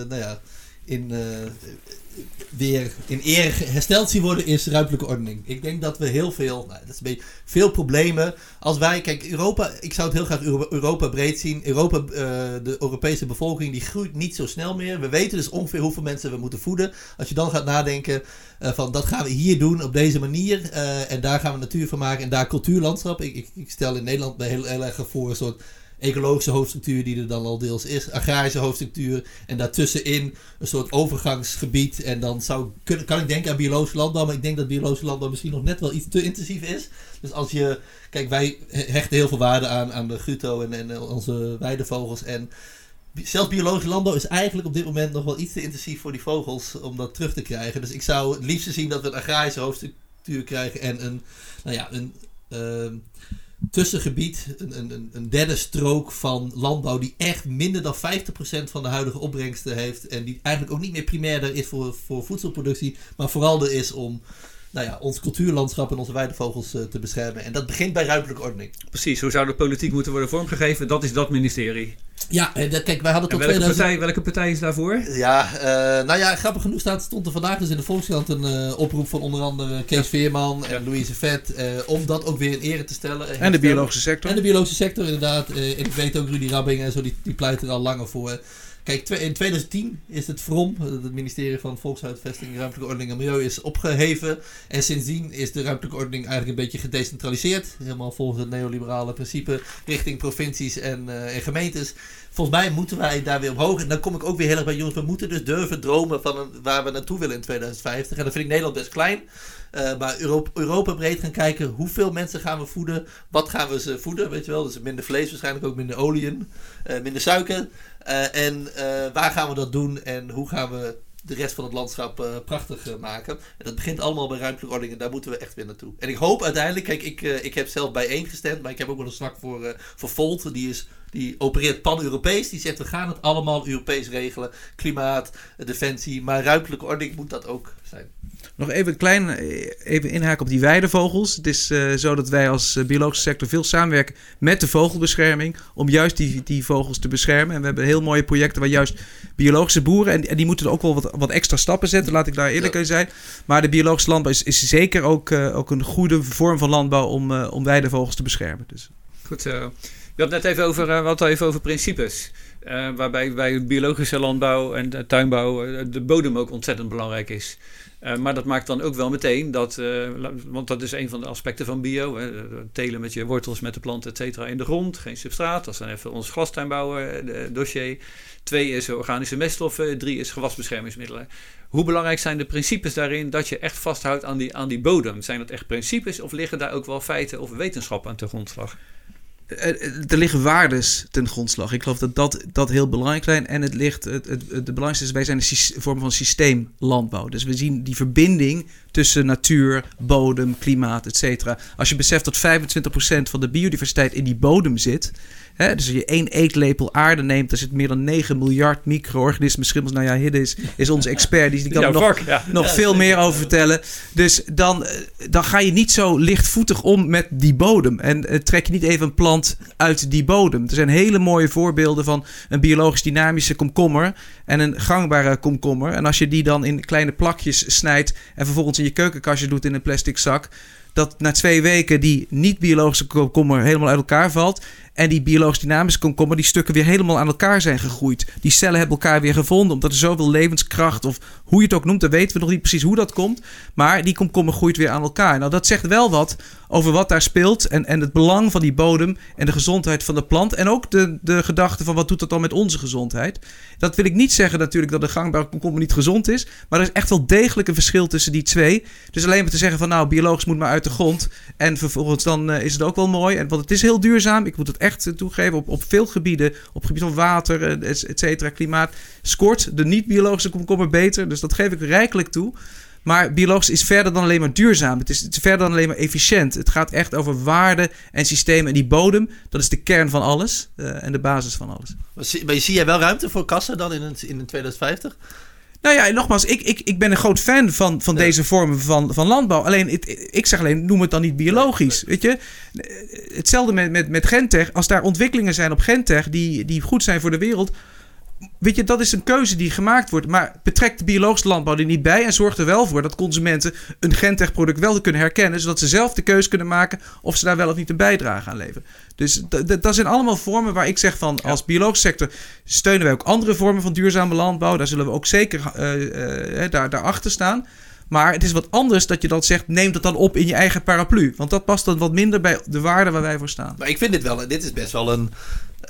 in ere hersteld zien worden is ruimtelijke ordening. Ik denk dat we heel veel, veel problemen. Als wij, kijk, Europa, ik zou het heel graag Europa breed zien. Europa, de Europese bevolking, die groeit niet zo snel meer. We weten dus ongeveer hoeveel mensen we moeten voeden. Als je dan gaat nadenken van dat gaan we hier doen op deze manier. En daar gaan we natuur van maken en daar cultuurlandschap. Ik stel in Nederland mij heel erg voor een soort ecologische hoofdstructuur die er dan al deels is, agrarische hoofdstructuur en daartussenin een soort overgangsgebied en dan kan ik denken aan biologische landbouw, maar ik denk dat biologische landbouw misschien nog net wel iets te intensief is. Dus als je, kijk, wij hechten heel veel waarde aan de Guto en onze weidevogels en zelfs biologische landbouw is eigenlijk op dit moment nog wel iets te intensief voor die vogels om dat terug te krijgen. Dus ik zou het liefst zien dat we een agrarische hoofdstructuur krijgen en een tussengebied, een derde strook van landbouw die echt minder dan 50% van de huidige opbrengsten heeft en die eigenlijk ook niet meer primair er is voor voedselproductie, maar vooral er is om ons cultuurlandschap en onze weidevogels te beschermen. En dat begint bij ruimtelijke ordening. Precies, hoe zou de politiek moeten worden vormgegeven? Dat is dat ministerie. Ja, kijk, wij hadden tot welke partij is daarvoor? Ja, grappig genoeg stond er vandaag dus in de Volkskrant een oproep van onder andere Kees Veerman en Louise Vet om dat ook weer in ere te stellen. En de biologische sector. En de biologische sector, inderdaad. En ik weet ook Rudy Rabbing en zo, die pleiten er al langer voor. Kijk, in 2010 is het VROM, het ministerie van Volkshuisvesting, Ruimtelijke Ordening en Milieu, is opgeheven. En sindsdien is de ruimtelijke ordening eigenlijk een beetje gedecentraliseerd. Helemaal volgens het neoliberale principe richting provincies en gemeentes. Volgens mij moeten wij daar weer omhoog. En dan kom ik ook weer heel erg bij jongens. We moeten dus durven dromen van waar we naartoe willen in 2050. En dan vind ik Nederland best klein. Maar Europa breed gaan kijken. Hoeveel mensen gaan we voeden? Wat gaan we ze voeden? Weet je wel? Dus minder vlees waarschijnlijk ook. Minder olie. Minder suiker. En waar gaan we dat doen? En hoe gaan we de rest van het landschap prachtig maken? En dat begint allemaal bij ruimtelijke ordening. En daar moeten we echt weer naartoe. En ik hoop uiteindelijk. Kijk, ik heb zelf bijeen gestemd. Maar ik heb ook wel een zwak voor Volt. Die opereert pan-Europees. Die zegt we gaan het allemaal Europees regelen. Klimaat, defensie. Maar ruimtelijke ordening moet dat ook zijn. Nog even inhaken op die weidevogels. Het is zo dat wij als biologische sector veel samenwerken met de vogelbescherming om juist die vogels te beschermen. En we hebben heel mooie projecten waar juist biologische boeren, en die moeten er ook wel wat extra stappen zetten, laat ik daar eerlijk in zijn. Maar de biologische landbouw is zeker ook een goede vorm van landbouw om weidevogels te beschermen. Dus. Goed zo. Je had net even over principes. Waarbij bij biologische landbouw en tuinbouw de bodem ook ontzettend belangrijk is. Maar dat maakt dan ook wel meteen dat, want dat is een van de aspecten van bio. Telen met je wortels, met de planten, et cetera, in de grond. Geen substraat, dat is dan even ons glastuinbouwer dossier. 2 is organische meststoffen, 3 is gewasbeschermingsmiddelen. Hoe belangrijk zijn de principes daarin dat je echt vasthoudt aan die bodem? Zijn dat echt principes of liggen daar ook wel feiten of wetenschap aan ten grondslag? Er liggen waardes ten grondslag. Ik geloof dat heel belangrijk zijn. En het belangrijkste is, wij zijn een vorm van systeemlandbouw. Dus we zien die verbinding tussen natuur, bodem, klimaat, et cetera. Als je beseft dat 25% van de biodiversiteit in die bodem zit. Hè, dus als je 1 eetlepel aarde neemt, dan zit meer dan 9 miljard micro-organismen. Schimmels, Hidde is onze expert. Die kan er nog veel meer over vertellen. Dus dan ga je niet zo lichtvoetig om met die bodem. En trek je niet even een plant plant uit die bodem. Er zijn hele mooie voorbeelden van een biologisch dynamische komkommer en een gangbare komkommer. En als je die dan in kleine plakjes snijdt en vervolgens in je keukenkastje doet in een plastic zak, dat na 2 weken die niet-biologische komkommer helemaal uit elkaar valt. En die biologisch dynamische komkommer, die stukken weer helemaal aan elkaar zijn gegroeid. Die cellen hebben elkaar weer gevonden, omdat er zoveel levenskracht, of hoe je het ook noemt, dan weten we nog niet precies hoe dat komt. Maar die komkommer groeit weer aan elkaar. Nou, dat zegt wel wat over wat daar speelt en het belang van die bodem en de gezondheid van de plant. En ook de gedachte van wat doet dat dan met onze gezondheid. Dat wil ik niet zeggen natuurlijk dat de gangbare komkommer niet gezond is. Maar er is echt wel degelijk een verschil tussen die twee. Dus alleen maar te zeggen van nou, biologisch moet maar uit de grond. En vervolgens dan is het ook wel mooi. Want het is heel duurzaam. Ik moet het echt toegeven. Op veel gebieden, op het gebied van water, et cetera, klimaat, scoort de niet-biologische komkommer beter. Dus dat geef ik rijkelijk toe. Maar biologisch is verder dan alleen maar duurzaam. Het is verder dan alleen maar efficiënt. Het gaat echt over waarden en systemen. En die bodem, dat is de kern van alles en de basis van alles. Maar zie jij wel ruimte voor kassen dan in 2050? Nou ja, nogmaals, ik ben een groot fan van deze vormen van landbouw. Alleen, ik zeg alleen, noem het dan niet biologisch. Weet je? Hetzelfde met gentech. Als daar ontwikkelingen zijn op gentech die goed zijn voor de wereld. Weet je, dat is een keuze die gemaakt wordt. Maar betrekt de biologische landbouw er niet bij. En zorgt er wel voor dat consumenten een gentech product wel kunnen herkennen. Zodat ze zelf de keuze kunnen maken of ze daar wel of niet een bijdrage aan leveren. Dus dat zijn allemaal vormen waar ik zeg van als biologische sector steunen wij ook andere vormen van duurzame landbouw. Daar zullen we ook zeker daarachter staan. Maar het is wat anders dat je dan zegt, neem dat dan op in je eigen paraplu. Want dat past dan wat minder bij de waarden waar wij voor staan. Maar ik vind dit is best wel een...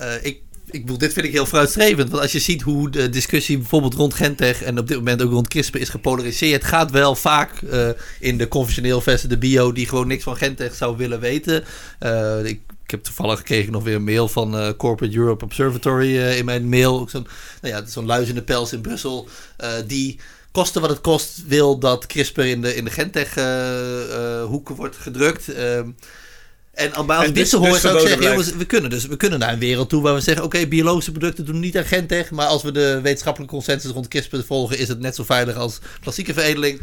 Ik bedoel, dit vind ik heel vooruitstrevend. Want als je ziet hoe de discussie bijvoorbeeld rond gentech en op dit moment ook rond CRISPR is gepolariseerd, gaat wel vaak in de conventioneel versus de bio die gewoon niks van gentech zou willen weten. Ik heb toevallig gekregen nog weer een mail van Corporate Europe Observatory in mijn mail. Zo'n luis in de pels in Brussel. Die koste wat het kost wil dat CRISPR in de gentech hoeken wordt gedrukt. En als ik dit zo hoor, zou ik zeggen, jongens, we kunnen naar een wereld toe waar we zeggen, oké, biologische producten doen niet aan gentech, maar als we de wetenschappelijke consensus rond CRISPR volgen, is het net zo veilig als klassieke veredeling.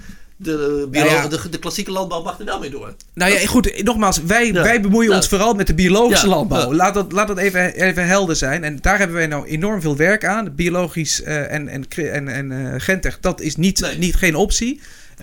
De klassieke landbouw mag er wel mee door. Nou ja, goed, nogmaals, wij bemoeien ons vooral met de biologische landbouw. Ja. Laat dat even helder zijn. En daar hebben wij nou enorm veel werk aan. Biologisch en gentech, dat is geen optie.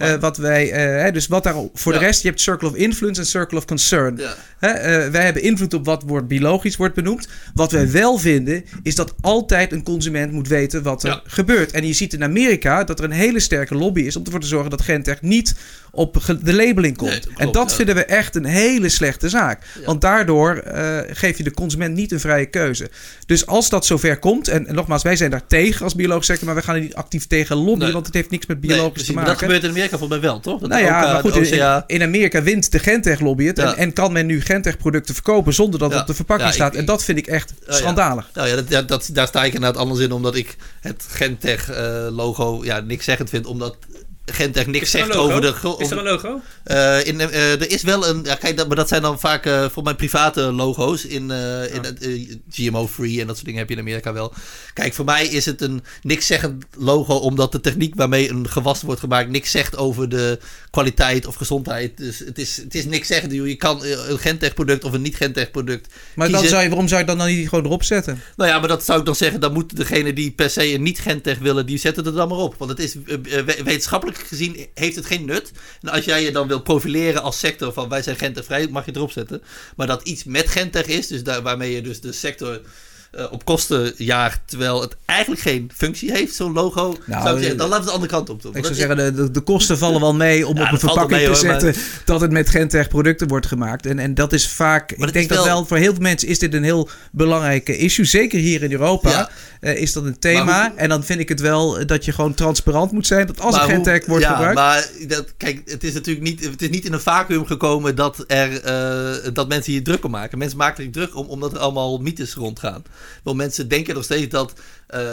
Dus wat daar voor de rest, je hebt circle of influence en circle of concern. Ja. Wij hebben invloed op wat biologisch wordt benoemd. Wat wij wel vinden, is dat altijd een consument moet weten wat er gebeurt. En je ziet in Amerika dat er een hele sterke lobby is om ervoor te zorgen dat gentech niet op de labeling komt. Klopt, en dat vinden we echt een hele slechte zaak. Ja. Want daardoor geef je de consument niet een vrije keuze. Dus als dat zover komt, en nogmaals, wij zijn daar tegen als biologische sector, maar we gaan er niet actief tegen lobbyen, want het heeft niks met biologisch te maken. Maar dat gebeurt in Amerika volgens mij wel, toch? Dat maar goed, in Amerika wint de gentech lobby het en kan men nu gentech producten verkopen zonder dat het op de verpakking staat. En dat vind ik echt schandalig. Daar sta ik inderdaad anders in, omdat ik het gentech logo niks zeggend vind, omdat gentech niks zegt over de... Is er een logo? Er is wel een... Ja, kijk, maar dat zijn dan vaak voor mijn private logo's. In GMO-free en dat soort dingen heb je in Amerika wel. Kijk, voor mij is het een niks zeggend logo, omdat de techniek waarmee een gewas wordt gemaakt niks zegt over de kwaliteit of gezondheid. Dus het is niks zeggend. Je kan een gentech product of een niet-gentech product maar waarom zou je dan niet gewoon erop zetten? Nou ja, maar dat zou ik dan zeggen, dan moeten degene die per se een niet-gentech willen, die zetten het dan maar op. Want het is wetenschappelijk gezien heeft het geen nut. En als jij je dan wil profileren als sector van wij zijn gentechvrij, mag je het erop zetten. Maar dat iets met gentech is, dus waarmee je dus de sector op kosten jaagt, terwijl het eigenlijk geen functie heeft, zo'n logo, zou ik zeggen, dan laat het de andere kant op doen. Ik zou zeggen, de kosten vallen wel mee om op een verpakking te zetten dat het met gentech producten wordt gemaakt. En dat is vaak, ik denk dat wel voor heel veel mensen is dit een heel belangrijke issue. Zeker hier in Europa is dat een thema. En dan vind ik het wel dat je gewoon transparant moet zijn, dat als een gentech wordt gebruikt. Maar kijk, het is natuurlijk niet in een vacuüm gekomen dat mensen hier druk om maken. Mensen maken er druk om, omdat er allemaal mythes rondgaan. Want mensen denken nog steeds dat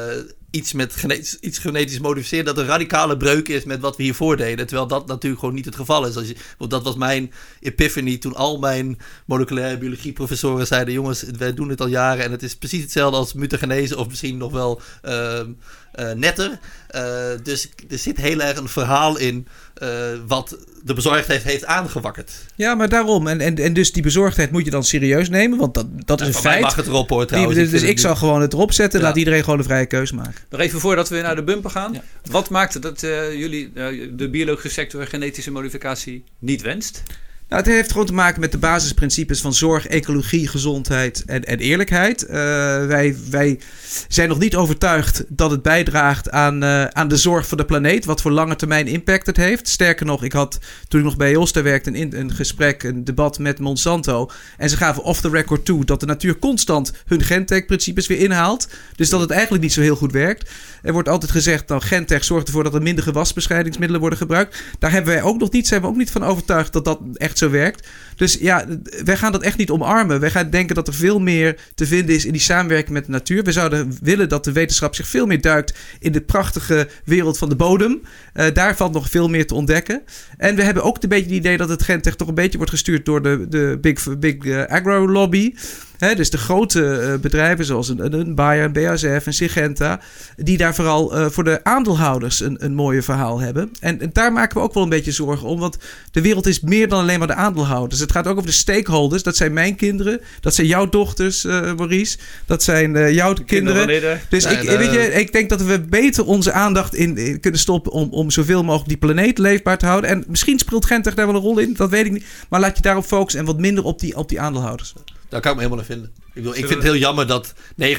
iets met iets genetisch modificeerd, dat een radicale breuk is met wat we hiervoor deden. Terwijl dat natuurlijk gewoon niet het geval is. Want dat was mijn epiphany toen al mijn moleculaire biologie professoren zeiden, jongens, wij doen het al jaren en het is precies hetzelfde als mutagenese of misschien nog wel netter. Dus er zit heel erg een verhaal in wat de bezorgdheid heeft aangewakkerd. Ja, maar daarom. En dus die bezorgdheid moet je dan serieus nemen, want dat is een feit. Mag het erop hoor trouwens. Dus ik zal gewoon het erop zetten. Laat iedereen gewoon een vrije keuze maken. Nog even voordat we naar de bumper gaan. Ja. Wat maakt dat jullie de biologische sector genetische modificatie niet wenst? Nou, het heeft gewoon te maken met de basisprincipes van zorg, ecologie, gezondheid en eerlijkheid. Wij zijn nog niet overtuigd dat het bijdraagt aan de zorg voor de planeet, wat voor lange termijn impact het heeft. Sterker nog, ik had toen ik nog bij EOSTA werkte een gesprek, een debat met Monsanto. En ze gaven off the record toe dat de natuur constant hun gentech-principes weer inhaalt. Dus dat het eigenlijk niet zo heel goed werkt. Er wordt altijd gezegd, nou, gentech zorgt ervoor dat er minder gewasbestrijdingsmiddelen worden gebruikt. Daar zijn we ook niet van overtuigd dat dat echt zo werkt. Dus ja, wij gaan dat echt niet omarmen. Wij gaan denken dat er veel meer te vinden is in die samenwerking met de natuur. We zouden willen dat de wetenschap zich veel meer duikt in de prachtige wereld van de bodem. Daar valt nog veel meer te ontdekken. En we hebben ook een beetje het idee dat het gentech toch een beetje wordt gestuurd door de big agro-lobby. Dus de grote bedrijven zoals een Bayer, een BASF, een Syngenta, die daar vooral voor de aandeelhouders een mooie verhaal hebben. En daar maken we ook wel een beetje zorgen om, want de wereld is meer dan alleen maar de aandeelhouders. Het gaat ook over de stakeholders. Dat zijn mijn kinderen, dat zijn jouw dochters, Maurice, dat zijn jouw kinderen. Dus ik denk dat we beter onze aandacht in kunnen stoppen om zoveel mogelijk die planeet leefbaar te houden. En misschien speelt gentech daar wel een rol in, dat weet ik niet. Maar laat je daarop focussen en wat minder op die aandeelhouders. Daar kan ik me helemaal naar vinden. Ik vind het heel jammer dat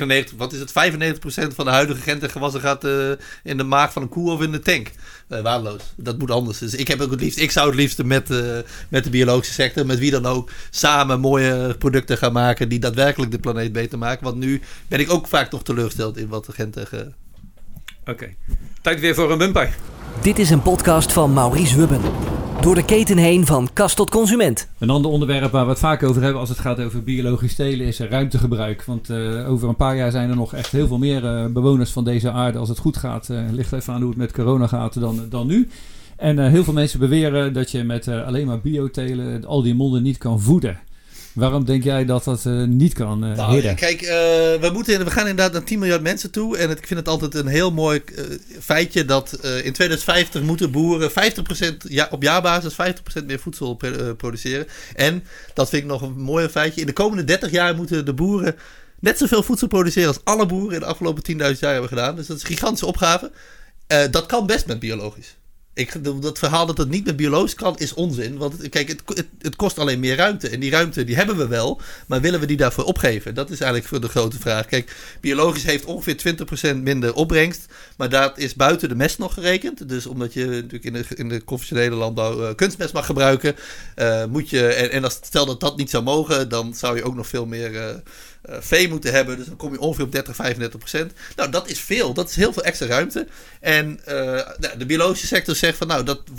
95% van de huidige gentechgewassen gaat in de maag van een koe of in de tank. Waardeloos. Dat moet anders. Dus ik zou het liefst met de biologische sector, met wie dan ook, samen mooie producten gaan maken die daadwerkelijk de planeet beter maken. Want nu ben ik ook vaak nog teleurgesteld in wat de gentech... Oké. Tijd weer voor een bumper. Dit is een podcast van Maurice Wubben. Door de keten heen van kast tot consument. Een ander onderwerp waar we het vaak over hebben als het gaat over biologisch telen is ruimtegebruik. Want over een paar jaar zijn er nog echt heel veel meer bewoners van deze aarde. Als het goed gaat, ligt even aan hoe het met corona gaat dan nu. En heel veel mensen beweren dat je met alleen maar biotelen al die monden niet kan voeden. Waarom denk jij dat dat niet kan, Hidde? Kijk, we gaan inderdaad naar 10 miljard mensen toe. En ik vind het altijd een heel mooi feitje dat in 2050 moeten boeren 50% op jaarbasis 50% meer voedsel produceren. En, dat vind ik nog een mooi feitje, in de komende 30 jaar moeten de boeren net zoveel voedsel produceren als alle boeren in de afgelopen 10.000 jaar hebben gedaan. Dus dat is een gigantische opgave. Dat kan best met biologisch. Dat verhaal dat het niet met biologisch kan, is onzin. Want kijk, het kost alleen meer ruimte. En die ruimte, die hebben we wel. Maar willen we die daarvoor opgeven? Dat is eigenlijk voor de grote vraag. Kijk, biologisch heeft ongeveer 20% minder opbrengst. Maar dat is buiten de mest nog gerekend. Dus omdat je natuurlijk in de conventionele landbouw kunstmest mag gebruiken, moet je... En stel dat dat niet zou mogen, dan zou je ook nog veel meer... vee moeten hebben, dus dan kom je ongeveer op 30-35%. Nou, dat is veel. Dat is heel veel extra ruimte. En de biologische sector zegt van, nou, dat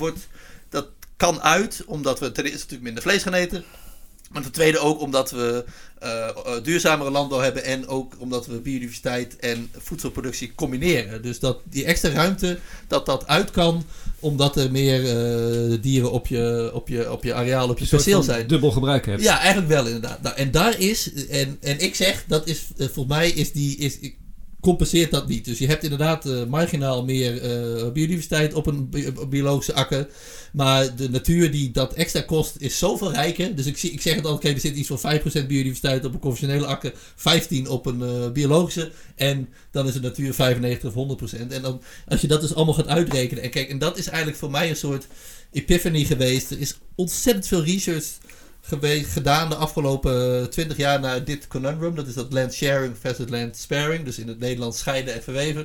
kan uit, omdat we ten eerste natuurlijk minder vlees gaan eten. Maar ten tweede ook omdat we duurzamere landbouw hebben en ook omdat we biodiversiteit en voedselproductie combineren. Dus dat die extra ruimte, dat uit kan, omdat er meer dieren op je areaal, op je perceel zijn. Dubbel gebruik hebt. Ja, eigenlijk wel inderdaad. Nou, en daar is, en ik zeg, dat is volgens mij compenseert dat niet. Dus je hebt inderdaad marginaal meer biodiversiteit op een biologische akker. Maar de natuur die dat extra kost is zoveel rijker. Dus ik zeg het altijd, er zit iets van 5% biodiversiteit op een conventionele akker, 15% op een biologische. En dan is de natuur 95 of 100%. En dan, als je dat dus allemaal gaat uitrekenen. En kijk, en dat is eigenlijk voor mij een soort epiphany geweest. Er is ontzettend veel research gedaan de afgelopen 20 jaar naar dit conundrum. Dat is dat land sharing versus land sparing. Dus in het Nederlands scheiden en verweven.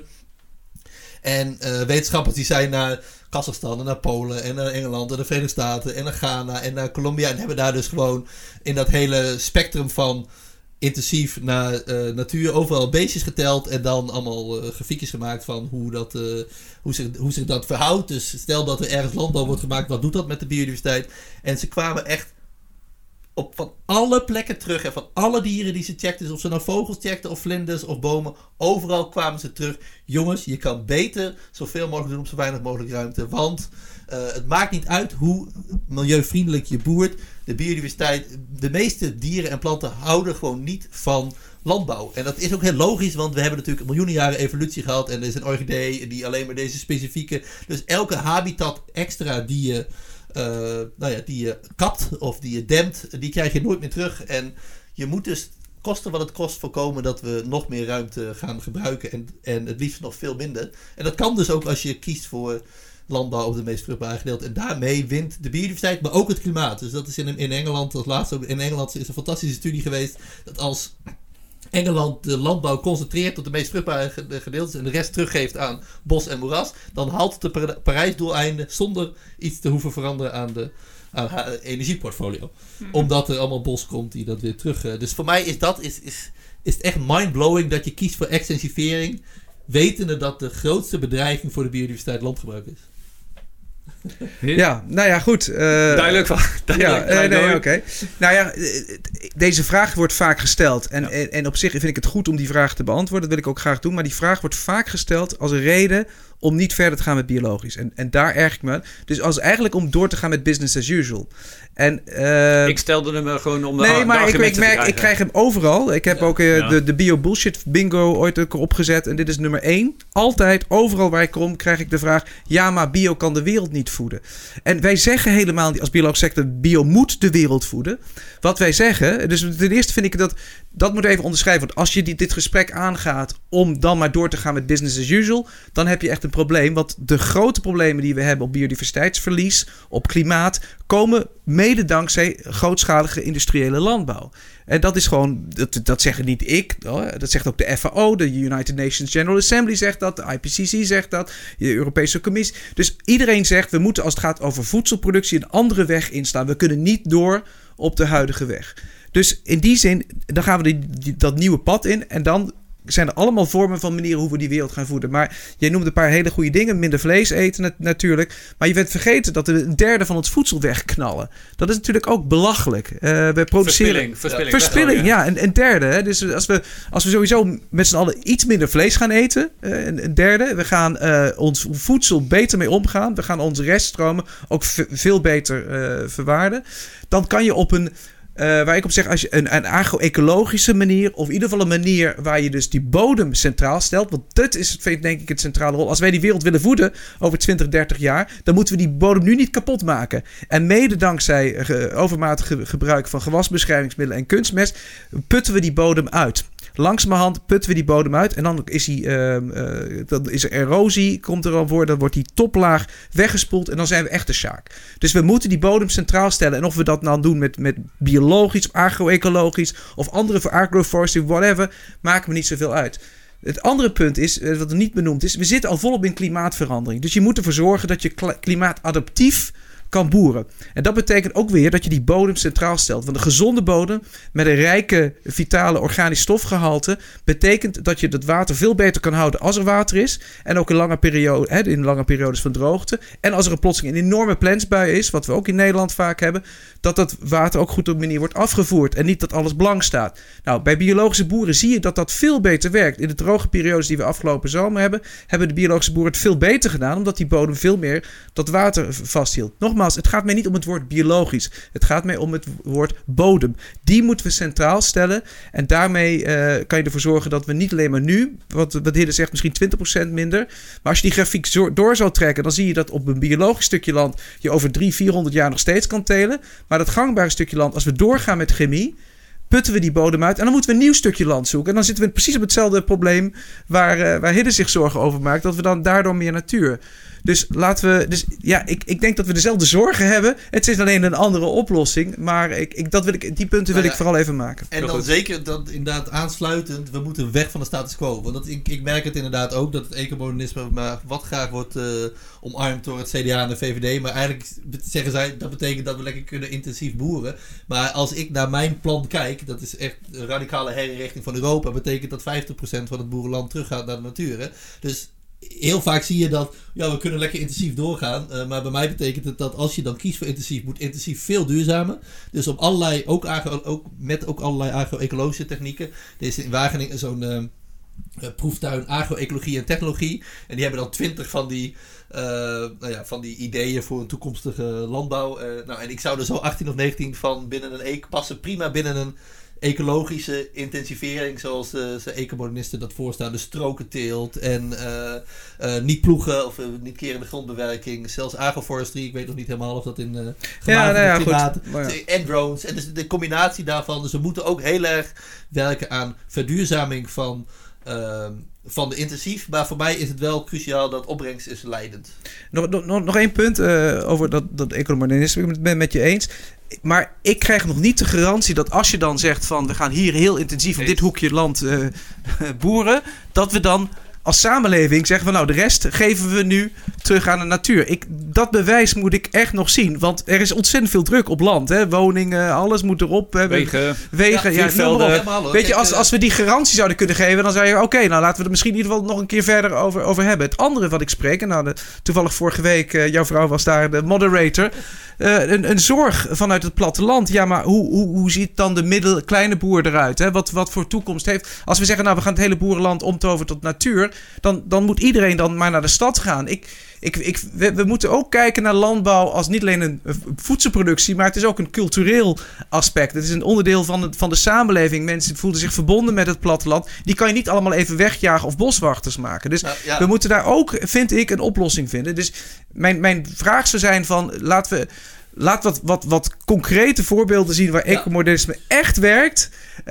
En wetenschappers die zijn naar Kazachstan en naar Polen en naar Engeland en de Verenigde Staten en naar Ghana en naar Colombia. En hebben daar dus gewoon in dat hele spectrum van intensief naar natuur overal beestjes geteld. En dan allemaal grafiekjes gemaakt van hoe zich dat verhoudt. Dus stel dat er ergens landbouw wordt gemaakt, wat doet dat met de biodiversiteit? En ze kwamen echt van alle plekken terug. En van alle dieren die ze checkten. Dus of ze nou vogels checkten of vlinders of bomen. Overal kwamen ze terug. Jongens, je kan beter zoveel mogelijk doen op zo weinig mogelijk ruimte. Want het maakt niet uit hoe milieuvriendelijk je boert. De biodiversiteit, de meeste dieren en planten houden gewoon niet van landbouw. En dat is ook heel logisch, want we hebben natuurlijk miljoenen jaren evolutie gehad. En er is een orchidee die alleen maar deze specifieke... Dus elke habitat extra die je kapt of die je dempt, die krijg je nooit meer terug. En je moet dus kosten wat het kost voorkomen dat we nog meer ruimte gaan gebruiken. En het liefst nog veel minder. En dat kan dus ook als je kiest voor landbouw op de meest vruchtbare gedeelte. En daarmee wint de biodiversiteit, maar ook het klimaat. Dus dat is in Engeland, als laatste ook in Engeland is een fantastische studie geweest, dat als Engeland de landbouw concentreert tot de meest vruchtbare gedeeltes en de rest teruggeeft aan bos en moeras, dan haalt het de Parijsdoeleinden zonder iets te hoeven veranderen aan haar energieportfolio. Omdat er allemaal bos komt die dat weer terug... Dus voor mij is het echt mindblowing dat je kiest voor extensivering, wetende dat de grootste bedreiging voor de biodiversiteit landgebruik is. Ja, nou ja, goed. Duidelijk. Oké. Nou ja, deze vraag wordt vaak gesteld. En op zich vind ik het goed om die vraag te beantwoorden. Dat wil ik ook graag doen. Maar die vraag wordt vaak gesteld als een reden om niet verder te gaan met biologisch. En daar erg ik me aan. Dus eigenlijk om door te gaan met business as usual. Ik stelde hem gewoon om nee, maar ik krijg hem overal. Ik heb ook de bio-bullshit bingo ooit ook opgezet. En dit is nummer 1. Altijd, overal waar ik kom, krijg ik de vraag... Ja, maar bio kan de wereld niet voeden. En wij zeggen helemaal niet als biologische sector... Bio moet de wereld voeden. Wat wij zeggen... Dus ten eerste vind ik dat moet even onderschrijven. Want als je dit gesprek aangaat... om dan maar door te gaan met business as usual... dan heb je echt een probleem. Want de grote problemen die we hebben op biodiversiteitsverlies... op klimaat... komen mede dankzij grootschalige industriële landbouw. En dat is gewoon, dat zeggen niet ik, dat zegt ook de FAO, de United Nations General Assembly zegt dat, de IPCC zegt dat, de Europese Commissie. Dus iedereen zegt, we moeten als het gaat over voedselproductie een andere weg inslaan. We kunnen niet door op de huidige weg. Dus in die zin, dan gaan we dat nieuwe pad in en dan zijn er allemaal vormen van manieren hoe we die wereld gaan voeden. Maar jij noemde een paar hele goede dingen. Minder vlees eten natuurlijk. Maar je bent vergeten dat we een derde van ons voedsel wegknallen. Dat is natuurlijk ook belachelijk. We produceren... Verspilling, ja. Een derde. Hè. Dus als we sowieso met z'n allen iets minder vlees gaan eten. Een derde. We gaan ons voedsel beter mee omgaan. We gaan onze reststromen ook veel beter verwaarden. Dan kan je op een... waar ik op zeg, als je een agro-ecologische manier... of in ieder geval een manier waar je dus die bodem centraal stelt... want dat is denk ik het centrale rol. Als wij die wereld willen voeden over 20, 30 jaar... dan moeten we die bodem nu niet kapot maken. En mede dankzij overmatig gebruik van gewasbeschermingsmiddelen en kunstmest... putten we die bodem uit. Langzamerhand putten we die bodem uit en dan is er erosie, komt er al voor, dan wordt die toplaag weggespoeld en dan zijn we echt de sjaak. Dus we moeten die bodem centraal stellen en of we dat nou doen met biologisch, agro-ecologisch of andere voor agroforestry, whatever, maakt me niet zoveel uit. Het andere punt is, wat er niet benoemd is, we zitten al volop in klimaatverandering. Dus je moet ervoor zorgen dat je klimaatadaptief kan boeren. En dat betekent ook weer dat je die bodem centraal stelt. Want een gezonde bodem met een rijke, vitale organisch stofgehalte betekent dat je het water veel beter kan houden als er water is. En ook in lange periodes van droogte. En als er een plotseling een enorme plensbui is, wat we ook in Nederland vaak hebben, dat water ook goed op een manier wordt afgevoerd. En niet dat alles blank staat. Nou, bij biologische boeren zie je dat veel beter werkt. In de droge periodes die we afgelopen zomer hebben de biologische boeren het veel beter gedaan, omdat die bodem veel meer dat water vasthield. Nogmaals, het gaat mij niet om het woord biologisch. Het gaat mij om het woord bodem. Die moeten we centraal stellen. En daarmee kan je ervoor zorgen dat we niet alleen maar nu, wat Hidde zegt, misschien 20% minder. Maar als je die grafiek door zou trekken, dan zie je dat op een biologisch stukje land je over 300-400 jaar nog steeds kan telen. Maar dat gangbare stukje land, als we doorgaan met chemie, putten we die bodem uit en dan moeten we een nieuw stukje land zoeken. En dan zitten we precies op hetzelfde probleem waar Hidde zich zorgen over maakt, dat we dan daardoor meer natuur. Dus ik denk dat we dezelfde zorgen hebben. Het is alleen een andere oplossing. Maar die punten wil ik vooral even maken. En dan zeker dat inderdaad aansluitend, we moeten weg van de status quo. Want ik merk het inderdaad ook, dat het ecomodernisme maar wat graag wordt omarmd door het CDA en de VVD. Maar eigenlijk zeggen zij, dat betekent dat we lekker kunnen intensief boeren. Maar als ik naar mijn plan kijk, dat is echt een radicale herinrichting van Europa. Betekent dat 50% van het boerenland teruggaat naar de natuur. Hè? Dus heel vaak zie je dat we kunnen lekker intensief doorgaan. Maar bij mij betekent het dat als je dan kiest voor intensief, moet intensief veel duurzamer. Dus op allerlei, ook allerlei agro-ecologische technieken. Er is in Wageningen zo'n proeftuin agro-ecologie en technologie. En die hebben dan 20 van die ideeën voor een toekomstige landbouw. En ik zou er zo 18 of 19 van binnen een passen prima binnen een ecologische intensivering, zoals de ecomodernisten dat voorstaan. Dus strokenteelt en niet ploegen of niet kerende grondbewerking. Zelfs agroforestry, ik weet nog niet helemaal of dat in gematigde klimaat. En drones. En dus de combinatie daarvan. Dus we moeten ook heel erg werken aan verduurzaming van de intensief. Maar voor mij is het wel cruciaal dat opbrengst is leidend. Nog één punt over dat economisme. Ik ben het met je eens. Maar ik krijg nog niet de garantie dat als je dan zegt van we gaan hier heel intensief op dit hoekje land boeren, dat we dan als samenleving zeggen van de rest geven we nu terug aan de natuur. Dat bewijs moet ik echt nog zien. Want er is ontzettend veel druk op land. Hè? Woningen, alles moet erop. Wegen. Vliegvelden. Weet je, als we die garantie zouden kunnen geven, dan zou je oké, laten we er misschien in ieder geval nog een keer verder over hebben. Het andere wat ik spreek, en toevallig vorige week, jouw vrouw was daar de moderator. Een zorg vanuit het platteland. Ja, maar hoe ziet dan de kleine boer eruit? Hè? Wat voor toekomst heeft? Als we zeggen, we gaan het hele boerenland omtoveren tot natuur, dan moet iedereen dan maar naar de stad gaan. We moeten ook kijken naar landbouw als niet alleen een voedselproductie, maar het is ook een cultureel aspect. Het is een onderdeel van de samenleving. Mensen voelen zich verbonden met het platteland. Die kan je niet allemaal even wegjagen of boswachters maken. Dus we moeten daar ook, vind ik, een oplossing vinden. Dus mijn vraag zou zijn van laat wat concrete voorbeelden zien waar ecomodernisme echt werkt.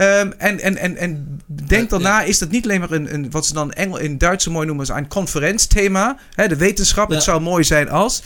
En denk dan na, is dat niet alleen maar een wat ze dan in Duits zo mooi noemen, een conferentiethema. De wetenschap, het zou mooi zijn als.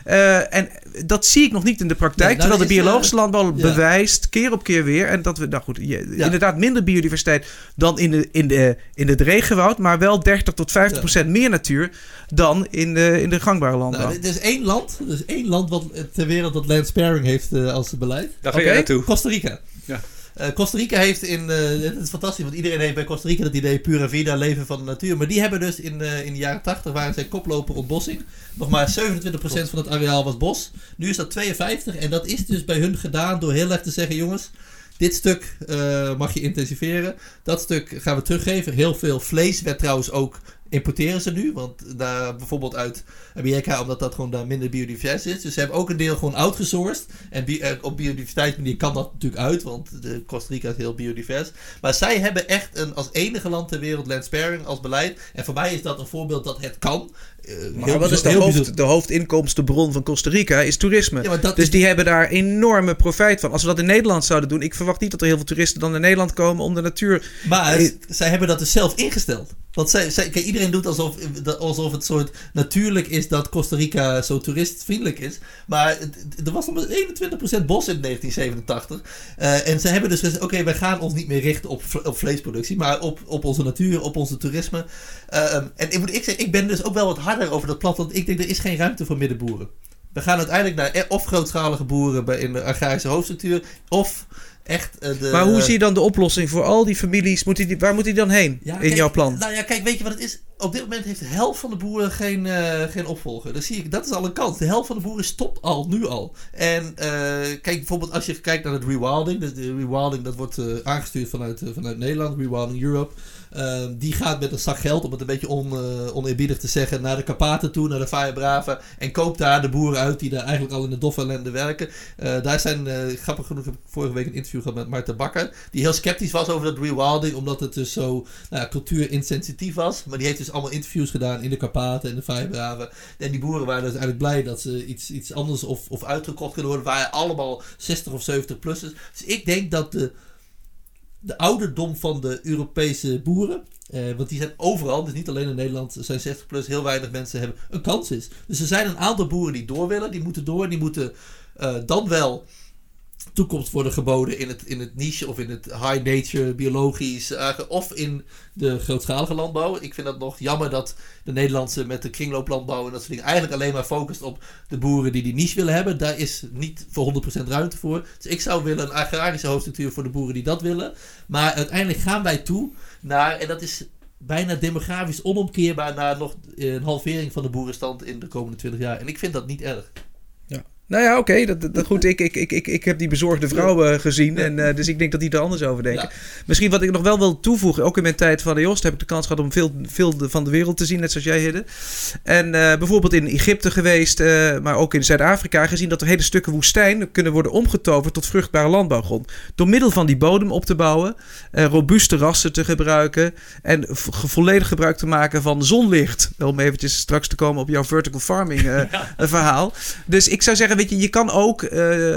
En dat zie ik nog niet in de praktijk. Terwijl de biologische landbouw bewijst keer op keer weer. En dat we, inderdaad minder biodiversiteit dan in het regenwoud. Maar wel 30 tot 50% meer natuur dan in de gangbare landbouw. Er is één land wat ter wereld dat land sparing heeft als beleid. Daar ga jij naartoe. Costa Rica. Ja. Costa Rica heeft het is fantastisch, want iedereen heeft bij Costa Rica dat idee pura vida, leven van de natuur. Maar die hebben dus in de jaren 80 waren zij koploper ontbossing. Nog maar 27% van het areaal was bos. Nu is dat 52% en dat is dus bij hun gedaan door heel erg te zeggen, jongens, dit stuk mag je intensiveren. Dat stuk gaan we teruggeven. Heel veel vlees werd trouwens ook importeren ze nu, want daar bijvoorbeeld uit Amerika, omdat dat gewoon daar minder biodiversiteit is. Dus ze hebben ook een deel gewoon outgesourced. En op biodiversiteitsmanier kan dat natuurlijk uit, want Costa Rica is heel biodivers. Maar zij hebben echt als enige land ter wereld land sparing als beleid. En voor mij is dat een voorbeeld dat het kan. Maar wat is de hoofdinkomstenbron van Costa Rica is toerisme. Ja, dus die hebben daar enorme profijt van. Als we dat in Nederland zouden doen, ik verwacht niet dat er heel veel toeristen dan naar Nederland komen om de natuur. Maar zij hebben dat dus zelf ingesteld. Want kijk, iedereen doet alsof het soort natuurlijk is dat Costa Rica zo toeristvriendelijk is. Maar er was nog maar 21% bos in 1987. En ze hebben dus gezegd, oké, wij gaan ons niet meer richten op vleesproductie, maar op onze natuur, op onze toerisme. En ik moet zeggen, ik ben dus ook wel wat harder over dat platteland. Ik denk, er is geen ruimte voor middenboeren. We gaan uiteindelijk naar of grootschalige boeren in de agrarische hoofdstructuur, of echt Maar hoe zie je dan de oplossing voor al die families? Waar moet die dan heen in jouw plan? Nou ja, kijk, weet je wat het is? Op dit moment heeft de helft van de boeren geen opvolger. Dus zie ik, dat is al een kans. De helft van de boeren stopt nu al. En kijk, bijvoorbeeld als je kijkt naar het rewilding. Dus de rewilding, dat wordt aangestuurd vanuit Nederland. Rewilding Europe. Die gaat met een zak geld, om het een beetje oneerbiedig te zeggen, naar de Karpaten toe, naar de Valle Brava. En koopt daar de boeren uit die daar eigenlijk al in de doffe ellende werken. Daar zijn, grappig genoeg, heb ik vorige week een interview gehad met Marten Bakker. Die heel sceptisch was over dat rewilding, omdat het dus zo cultuurinsensitief was. Maar die heeft dus allemaal interviews gedaan in de Karpaten en de Valle Brava. En die boeren waren dus eigenlijk blij dat ze iets anders of uitgekocht kunnen worden. Waren allemaal 60 of 70-plussers. Dus ik denk dat de ouderdom van de Europese boeren, want die zijn overal, dus niet alleen in Nederland, zijn 60 plus, heel weinig mensen hebben, een kans is. Dus er zijn een aantal boeren die door willen, die moeten dan wel toekomst worden geboden in het niche of in het high nature, biologisch, of in de grootschalige landbouw. Ik vind dat nog jammer dat de Nederlandse met de kringlooplandbouw en dat soort dingen eigenlijk alleen maar focust op de boeren die niche willen hebben. Daar is niet voor 100% ruimte voor. Dus ik zou willen een agrarische hoofdstructuur voor de boeren die dat willen. Maar uiteindelijk gaan wij toe naar, en dat is bijna demografisch onomkeerbaar naar nog een halvering van de boerenstand in de komende 20 jaar. En ik vind dat niet erg. Nou ja, oké. Goed. Ik heb die bezorgde vrouw gezien. En dus ik denk dat die er anders over denken. Ja. Misschien wat ik nog wel wil toevoegen. Ook in mijn tijd van de Joost heb ik de kans gehad om veel van de wereld te zien. Net zoals jij, Hidde. En bijvoorbeeld in Egypte geweest. Maar ook in Zuid-Afrika gezien dat er hele stukken woestijn kunnen worden omgetoverd tot vruchtbare landbouwgrond. Door middel van die bodem op te bouwen. Robuuste rassen te gebruiken. En volledig gebruik te maken van zonlicht. Om eventjes straks te komen op jouw vertical farming verhaal. Dus ik zou zeggen, weet je kan ook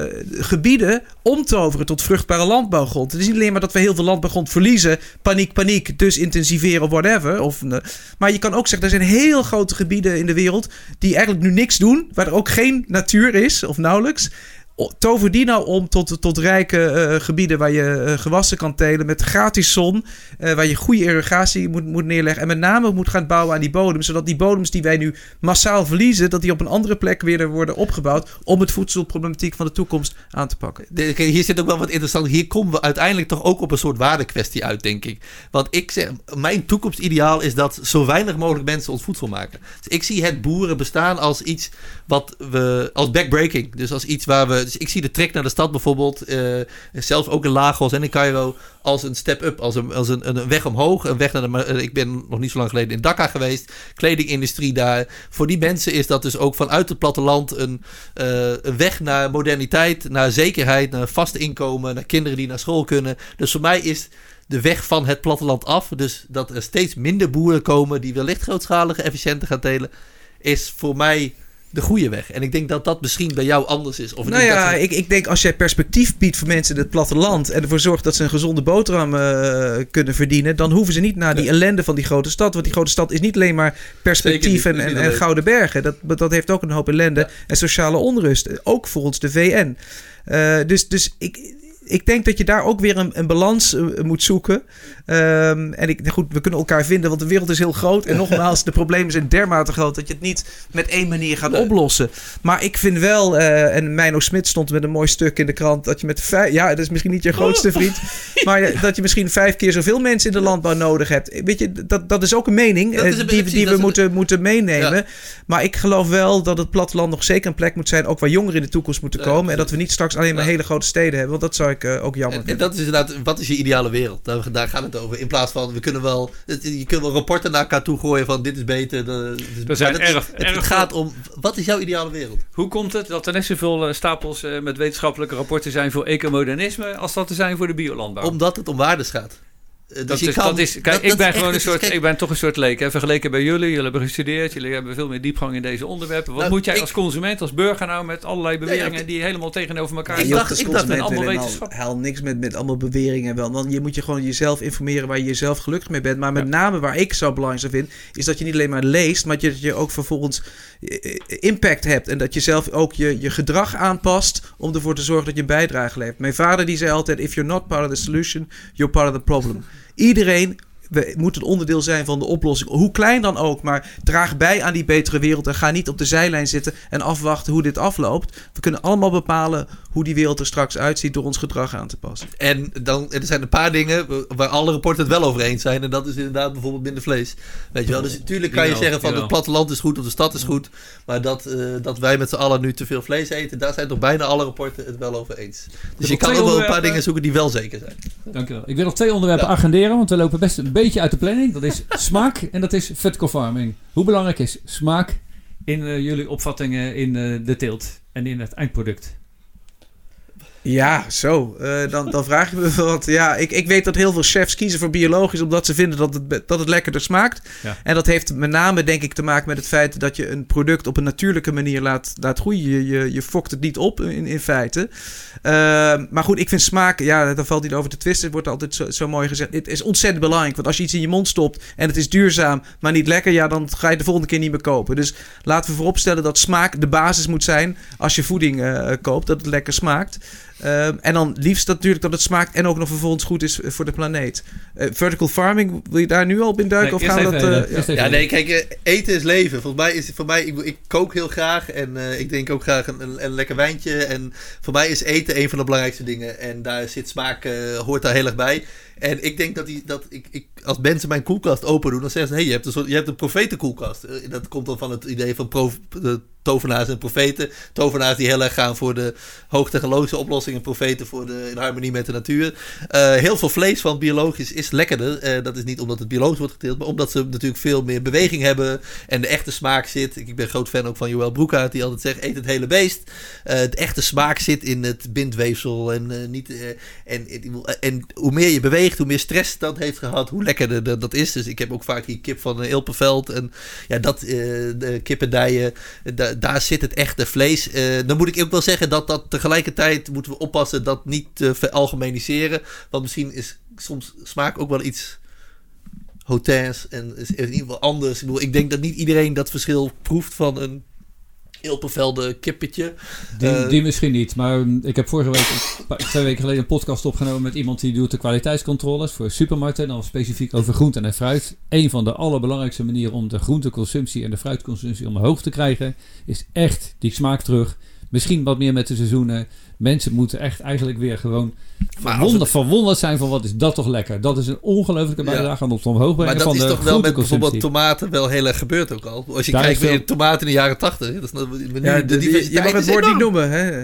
gebieden omtoveren tot vruchtbare landbouwgrond. Het is niet alleen maar dat we heel veel landbouwgrond verliezen. Paniek, dus intensiveren of whatever. Maar je kan ook zeggen, er zijn heel grote gebieden in de wereld die eigenlijk nu niks doen. Waar er ook geen natuur is, of nauwelijks. Tover die nou om tot rijke gebieden waar je gewassen kan telen met gratis zon, waar je goede irrigatie moet neerleggen en met name moet gaan bouwen aan die bodem, zodat die bodems die wij nu massaal verliezen, dat die op een andere plek weer worden opgebouwd om het voedselproblematiek van de toekomst aan te pakken. Hier zit ook wel wat interessant. Hier komen we uiteindelijk toch ook op een soort waardekwestie uit, denk ik. Want ik zeg, mijn toekomstideaal is dat zo weinig mogelijk mensen ons voedsel maken. Dus ik zie het boeren bestaan als iets wat we als backbreaking, dus als iets waar we. Dus ik zie de trek naar de stad bijvoorbeeld, zelfs ook in Lagos en in Cairo, als een step-up, als een weg omhoog. Een weg naar ik ben nog niet zo lang geleden in Dhaka geweest, kledingindustrie daar. Voor die mensen is dat dus ook vanuit het platteland een weg naar moderniteit, naar zekerheid, naar vast inkomen, naar kinderen die naar school kunnen. Dus voor mij is de weg van het platteland af, dus dat er steeds minder boeren komen die wellicht grootschalige, efficiënter gaan telen, is voor mij de goede weg. En ik denk dat dat misschien bij jou anders is. Ik denk als jij perspectief biedt voor mensen in het platteland en ervoor zorgt dat ze een gezonde boterham kunnen verdienen, dan hoeven ze niet naar die ellende van die grote stad. Want die grote stad is niet alleen maar perspectief en gouden bergen. Dat heeft ook een hoop ellende en sociale onrust. Ook volgens de VN. Dus ik denk dat je daar ook weer een balans moet zoeken. Goed, we kunnen elkaar vinden, want de wereld is heel groot. En nogmaals, de problemen zijn dermate groot dat je het niet met één manier gaat oplossen. Maar ik vind wel, en Meino Smit stond met een mooi stuk in de krant, dat je met dat is misschien niet je grootste vriend, maar dat je misschien 5 keer zoveel mensen in de landbouw nodig hebt. Weet je, dat is ook een mening die we moeten meenemen. Ja. Maar ik geloof wel dat het platteland nog zeker een plek moet zijn, ook waar jongeren in de toekomst moeten komen. En dat we niet straks alleen maar hele grote steden hebben, want dat zou ik ook jammer vinden. En dat is inderdaad, wat is je ideale wereld? Daar gaat het over. In plaats van, je kunt wel rapporten naar elkaar toe gooien van dit is beter. Het gaat om, wat is jouw ideale wereld? Hoe komt het dat er net zoveel stapels met wetenschappelijke rapporten zijn voor ecomodernisme als dat er zijn voor de biolandbouw? Omdat het om waardes gaat. Ik ben toch een soort leek. Hè. Vergeleken bij jullie hebben gestudeerd, jullie hebben veel meer diepgang in deze onderwerpen. Wat moet jij als consument, als burger nou met allerlei beweringen die helemaal tegenover elkaar zijn? Ik dacht met allemaal wetenschap. Haal niks met allemaal beweringen wel. Want je moet je gewoon jezelf informeren waar je jezelf gelukkig mee bent. Maar met name waar ik zo belangrijk vind, is dat je niet alleen maar leest, maar dat je ook vervolgens impact hebt. En dat je zelf ook je gedrag aanpast om ervoor te zorgen dat je een bijdrage levert. Mijn vader die zei altijd, if you're not part of the solution, you're part of the problem. Iedereen moet een onderdeel zijn van de oplossing. Hoe klein dan ook, maar draag bij aan die betere wereld en ga niet op de zijlijn zitten en afwachten hoe dit afloopt. We kunnen allemaal bepalen hoe die wereld er straks uitziet door ons gedrag aan te passen. En er zijn een paar dingen waar alle rapporten het wel over eens zijn. En dat is inderdaad bijvoorbeeld minder vlees. Weet je wel? Dus natuurlijk kan je zeggen van het platteland is goed of de stad is goed. Maar dat wij met z'n allen nu te veel vlees eten, daar zijn toch bijna alle rapporten het wel over eens. Dus je kan ook wel een paar dingen zoeken die wel zeker zijn. Dankjewel. Ik wil nog 2 onderwerpen agenderen, want we lopen best een beetje uit de planning. Dat is smaak en dat is vertical farming. Hoe belangrijk is smaak in jullie opvattingen in de teelt en in het eindproduct? Ja, zo. Dan vraag je me wat. Ja, ik weet dat heel veel chefs kiezen voor biologisch omdat ze vinden dat het lekkerder smaakt. Ja. En dat heeft met name, denk ik, te maken met het feit dat je een product op een natuurlijke manier laat groeien. Je fokt het niet op in feite. Maar goed, ik vind smaak, daar valt niet over te twisten. Het wordt altijd zo mooi gezegd. Het is ontzettend belangrijk, want als je iets in je mond stopt en het is duurzaam, maar niet lekker, dan ga je de volgende keer niet meer kopen. Dus laten we vooropstellen dat smaak de basis moet zijn als je voeding koopt, dat het lekker smaakt. En dan liefst natuurlijk dat het smaakt en ook nog vervolgens goed is voor de planeet. Vertical farming, wil je daar nu al op induiken? Of gaan we dat... Kijk, eten is leven. Volgens mij ik kook heel graag en ik drink ook graag een lekker wijntje. En voor mij is eten een van de belangrijkste dingen. En daar zit smaak, hoort daar heel erg bij. En ik denk dat ik als mensen mijn koelkast open doen, dan zeggen ze, je hebt een profetenkoelkast. Dat komt dan van het idee van tovenaars en profeten. Tovenaars die heel erg gaan voor de hoogtechnologische oplossingen. Profeten in harmonie met de natuur. Heel veel vlees van biologisch is lekkerder. Dat is niet omdat het biologisch wordt geteeld, maar omdat ze natuurlijk veel meer beweging hebben. En de echte smaak zit. Ik ben groot fan ook van Joël Broekhuis, die altijd zegt, eet het hele beest. De echte smaak zit in het bindweefsel. En hoe meer je beweegt, hoe meer stress dat heeft gehad, hoe lekkerder dat is. Dus ik heb ook vaak die kip van Ilpenveld. En ja, de kippendijen, daar zit het echte vlees. Dan moet ik ook wel zeggen dat tegelijkertijd moeten we oppassen dat niet te veralgemeniseren. Want misschien is soms smaak ook wel iets hautains en is in ieder geval anders. Ik denk dat niet iedereen dat verschil proeft van een Ilpenvelde kippetje. Die misschien niet, maar ik heb vorige week, 2 weken geleden, een podcast opgenomen met iemand die doet de kwaliteitscontroles voor supermarkten. Dan specifiek over groente en fruit. Een van de allerbelangrijkste manieren om de groenteconsumptie en de fruitconsumptie omhoog te krijgen, is echt die smaak terug. Misschien wat meer met de seizoenen. Mensen moeten echt eigenlijk weer gewoon verwonderd zijn van wat is dat toch lekker. Dat is een ongelooflijke bijdrage aan het omhoog brengen van de groenteconsumptie. Maar dat is toch wel met bijvoorbeeld tomaten wel heel erg gebeurd ook al. Als je kijkt naar tomaten in de jaren 80. Dat is je mag het woord niet noemen. Hè?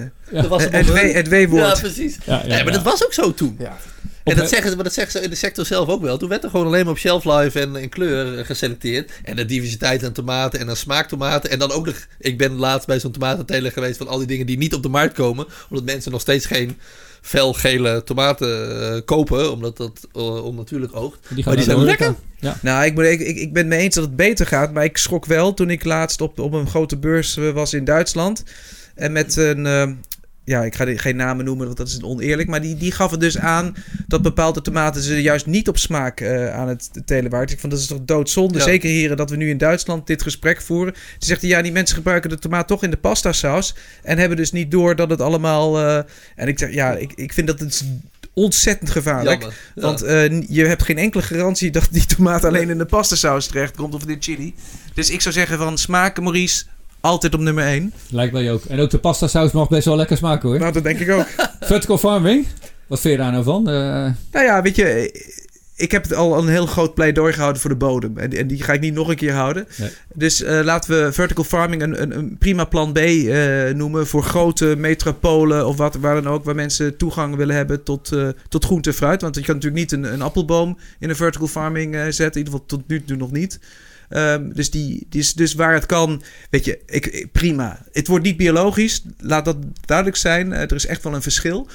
Het W-woord. Ja, precies. Maar dat was ook zo toen. Ja. En dat zeggen ze in de sector zelf ook wel. Toen werd er gewoon alleen maar op shelf life en kleur geselecteerd. En de diversiteit aan tomaten en aan smaaktomaten. En dan ook nog, ik ben laatst bij zo'n tomatenteler geweest van al die dingen die niet op de markt komen. Omdat mensen nog steeds geen felgele tomaten kopen. Omdat dat onnatuurlijk oogt. Maar die zijn lekker. Ja. Nou, ik ben het mee eens dat het beter gaat. Maar ik schrok wel toen ik laatst op een grote beurs was in Duitsland. En met een... ik ga geen namen noemen, want dat is oneerlijk. Maar die gaf het dus aan dat bepaalde tomaten ze juist niet op smaak aan het telen waren. Ik vond dat is toch doodzonde. Ja. Zeker heren dat we nu in Duitsland dit gesprek voeren. Ze zegt die mensen gebruiken de tomaat toch in de pastasaus. En hebben dus niet door dat het allemaal... en ik zeg, ik vind dat het ontzettend gevaarlijk. Ja. Want je hebt geen enkele garantie dat die tomaat alleen in de pastasaus terechtkomt of in de chili. Dus ik zou zeggen van smaak, Maurice... Altijd op nummer 1. Lijkt mij ook. En ook de pasta saus mag best wel lekker smaken hoor. Nou, dat denk ik ook. Vertical farming. Wat vind je daar nou van? Nou ja, weet je... Ik heb het al een heel groot pleidooi gehouden voor de bodem. En die ga ik niet nog een keer houden. Nee. Dus laten we vertical farming een prima plan B noemen... voor grote metropolen of waar dan ook... waar mensen toegang willen hebben tot groente en fruit. Want je kan natuurlijk niet een appelboom in een vertical farming zetten. In ieder geval tot nu toe nog niet. Dus waar het kan, weet je, prima. Het wordt niet biologisch, laat dat duidelijk zijn. Er is echt wel een verschil.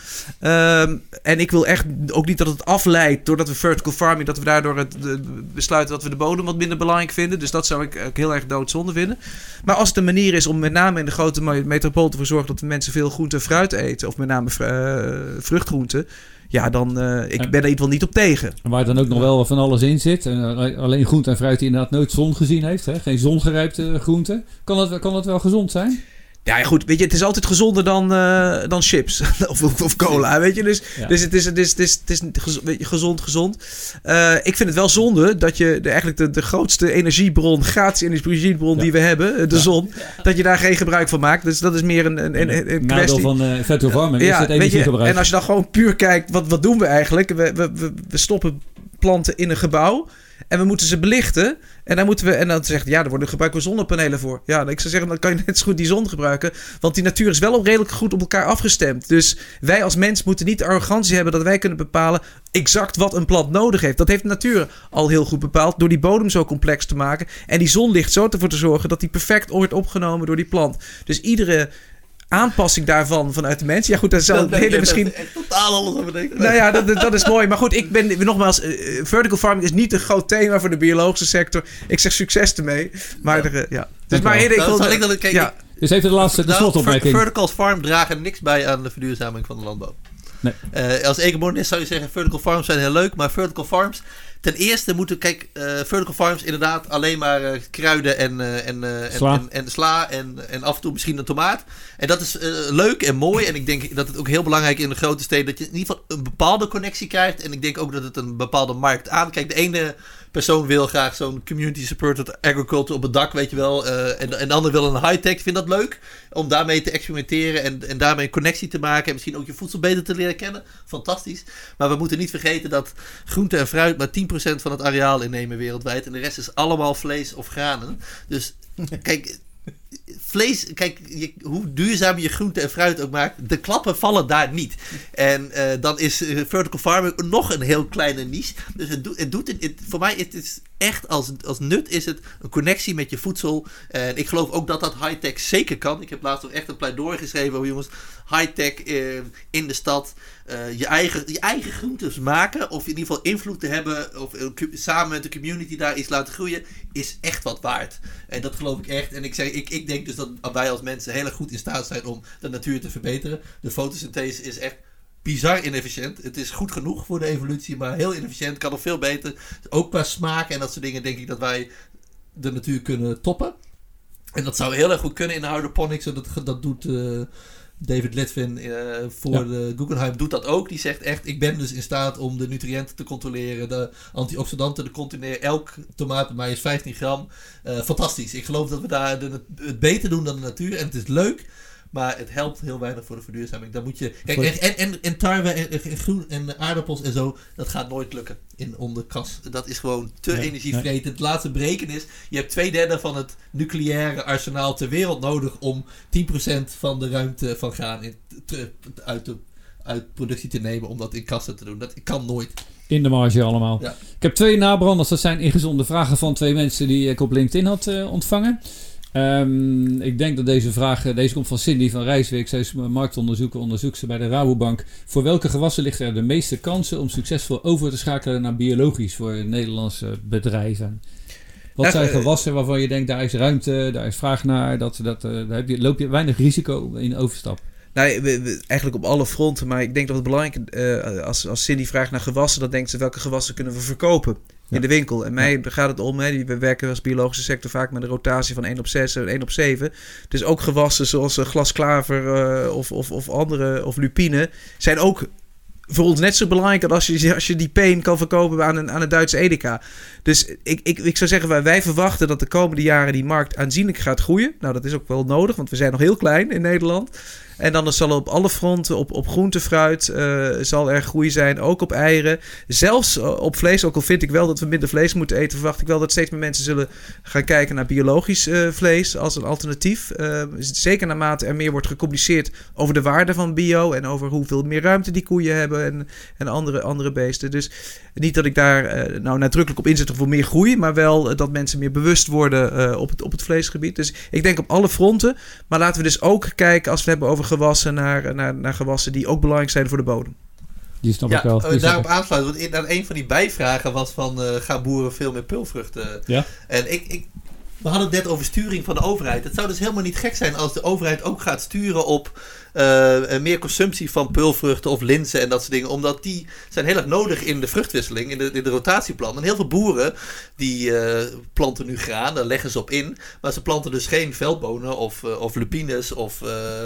En ik wil echt ook niet dat het afleidt doordat we vertical farming, dat we daardoor besluiten dat we de bodem wat minder belangrijk vinden. Dus dat zou ik heel erg doodzonde vinden. Maar als het een manier is om met name in de grote metropool te zorgen dat de mensen veel groente en fruit eten, of met name vruchtgroenten. Ja, dan ik ben er in ieder geval niet op tegen. En waar dan ook nog wel van alles in zit. Alleen groente en fruit die inderdaad nooit zon gezien heeft. Hè? Geen zongerijpte groente. Kan dat wel gezond zijn? Ja, goed. Weet je, het is altijd gezonder dan chips. of cola, weet je. Dus het is gezond. Ik vind het wel zonde dat je eigenlijk de grootste energiebron, gratis energiebron die we hebben, de zon, dat je daar geen gebruik van maakt. Dus dat is meer een kwestie. Nadeel van vertical farming is het energiegebruik. En als je dan gewoon puur kijkt, wat doen we eigenlijk? We stoppen planten in een gebouw. En we moeten ze belichten. En dan zegt daar gebruiken we zonnepanelen voor. Ja, ik zou zeggen, dan kan je net zo goed die zon gebruiken. Want die natuur is wel redelijk goed op elkaar afgestemd. Dus wij als mens moeten niet de arrogantie hebben dat wij kunnen bepalen exact wat een plant nodig heeft. Dat heeft de natuur al heel goed bepaald door die bodem zo complex te maken. En die zonlicht zo ervoor te zorgen dat die perfect wordt opgenomen door die plant. Dus iedere aanpassing daarvan vanuit de mens. Ja goed, dat zou misschien... totaal alles over denken. Nou ja, dat is mooi. Maar goed, ik ben nogmaals... vertical farming is niet een groot thema voor de biologische sector. Ik zeg succes ermee. Maar Dus maar Dus even de slotopmerking. Vertical farm dragen niks bij aan de verduurzaming van de landbouw. Nee. Als economist zou je zeggen, vertical farms zijn heel leuk, maar vertical farms ten eerste moeten, Vertical Farms inderdaad alleen maar kruiden en sla en af en toe misschien een tomaat. En dat is leuk en mooi. En ik denk dat het ook heel belangrijk is in de grote steden dat je in ieder geval een bepaalde connectie krijgt. En ik denk ook dat het een bepaalde markt aankijkt. De ene persoon wil graag zo'n community supported agriculture op het dak, weet je wel. En de ander wil een high-tech. Ik vind dat leuk om daarmee te experimenteren en daarmee een connectie te maken. En misschien ook je voedsel beter te leren kennen. Fantastisch. Maar we moeten niet vergeten dat groente en fruit maar 10% van het areaal innemen wereldwijd. En de rest is allemaal vlees of granen. Dus kijk, vlees, hoe duurzaam je groente en fruit ook maakt, de klappen vallen daar niet. En dan is vertical farming nog een heel kleine niche. Dus voor mij is het echt als nut is het een connectie met je voedsel. En ik geloof ook dat high-tech zeker kan. Ik heb laatst ook echt een pleidooi geschreven over jongens, high-tech in de stad. Je eigen groentes maken, of in ieder geval invloed te hebben, of samen met de community daar iets laten groeien, is echt wat waard. En dat geloof ik echt. En ik denk dus dat wij als mensen heel erg goed in staat zijn om de natuur te verbeteren. De fotosynthese is echt bizar inefficiënt. Het is goed genoeg voor de evolutie, maar heel inefficiënt. Kan nog veel beter. Ook qua smaak en dat soort dingen denk ik dat wij de natuur kunnen toppen. En dat zou heel erg goed kunnen in de hydroponics. En dat doet David Litvin voor de Guggenheim doet dat ook. Die zegt echt, ik ben dus in staat om de nutriënten te controleren, de antioxidanten te controleren. Elk tomaat bij mij is 15 gram. Fantastisch. Ik geloof dat we daar het beter doen dan de natuur. En het is leuk, maar het helpt heel weinig voor de verduurzaming. Dan moet je, kijk, en tarwe en groen en aardappels en zo, dat gaat nooit lukken in onderkas. Dat is gewoon te energievretend. Het laatste breken is, je hebt 2/3 van het nucleaire arsenaal ter wereld nodig om 10% van de ruimte van graan uit productie te nemen om dat in kassen te doen. Dat kan nooit. In de marge allemaal. Ja. Ik heb 2 nabranders. Dat zijn ingezonde vragen van 2 mensen die ik op LinkedIn had ontvangen. Ik denk dat deze vraag, deze komt van Cindy van Rijswijk. Zij is marktonderzoeker, onderzoekt ze bij de Rabobank. Voor welke gewassen liggen er de meeste kansen om succesvol over te schakelen naar biologisch voor Nederlandse bedrijven? Wat zijn gewassen waarvan je denkt, daar is ruimte, daar is vraag naar, daar loop je weinig risico in overstap? Nou, eigenlijk op alle fronten, maar ik denk dat het belangrijk is, als Cindy vraagt naar gewassen, dan denkt ze welke gewassen kunnen we verkopen in de winkel. En mij gaat het om, we werken als biologische sector vaak met een rotatie van 1/6 en 1/7. Dus ook gewassen zoals glasklaver of andere, of lupine, zijn ook voor ons net zo belangrijk als je die peen kan verkopen aan een Duitse Edeka. Dus ik zou zeggen, wij verwachten dat de komende jaren die markt aanzienlijk gaat groeien. Nou, dat is ook wel nodig, want we zijn nog heel klein in Nederland. En dan zal er op alle fronten, op groente, fruit, zal er groei zijn. Ook op eieren. Zelfs op vlees. Ook al vind ik wel dat we minder vlees moeten eten, verwacht ik wel dat steeds meer mensen zullen gaan kijken naar biologisch vlees als een alternatief. Zeker naarmate er meer wordt gecommuniceerd over de waarde van bio en over hoeveel meer ruimte die koeien hebben en andere beesten. Dus niet dat ik daar nadrukkelijk op inzet voor meer groei, maar wel dat mensen meer bewust worden op het vleesgebied. Dus ik denk op alle fronten. Maar laten we dus ook kijken, als we hebben over gewassen, naar gewassen die ook belangrijk zijn voor de bodem. Die snap ik wel. Daarop aansluiten, want een van die bijvragen was van, gaan boeren veel meer peulvruchten? Ja. En we hadden het net over sturing van de overheid. Het zou dus helemaal niet gek zijn als de overheid ook gaat sturen op meer consumptie van peulvruchten of linzen en dat soort dingen. Omdat die zijn heel erg nodig in de vruchtwisseling, in de rotatieplan. En heel veel boeren die planten nu graan, daar leggen ze op in. Maar ze planten dus geen veldbonen of lupines of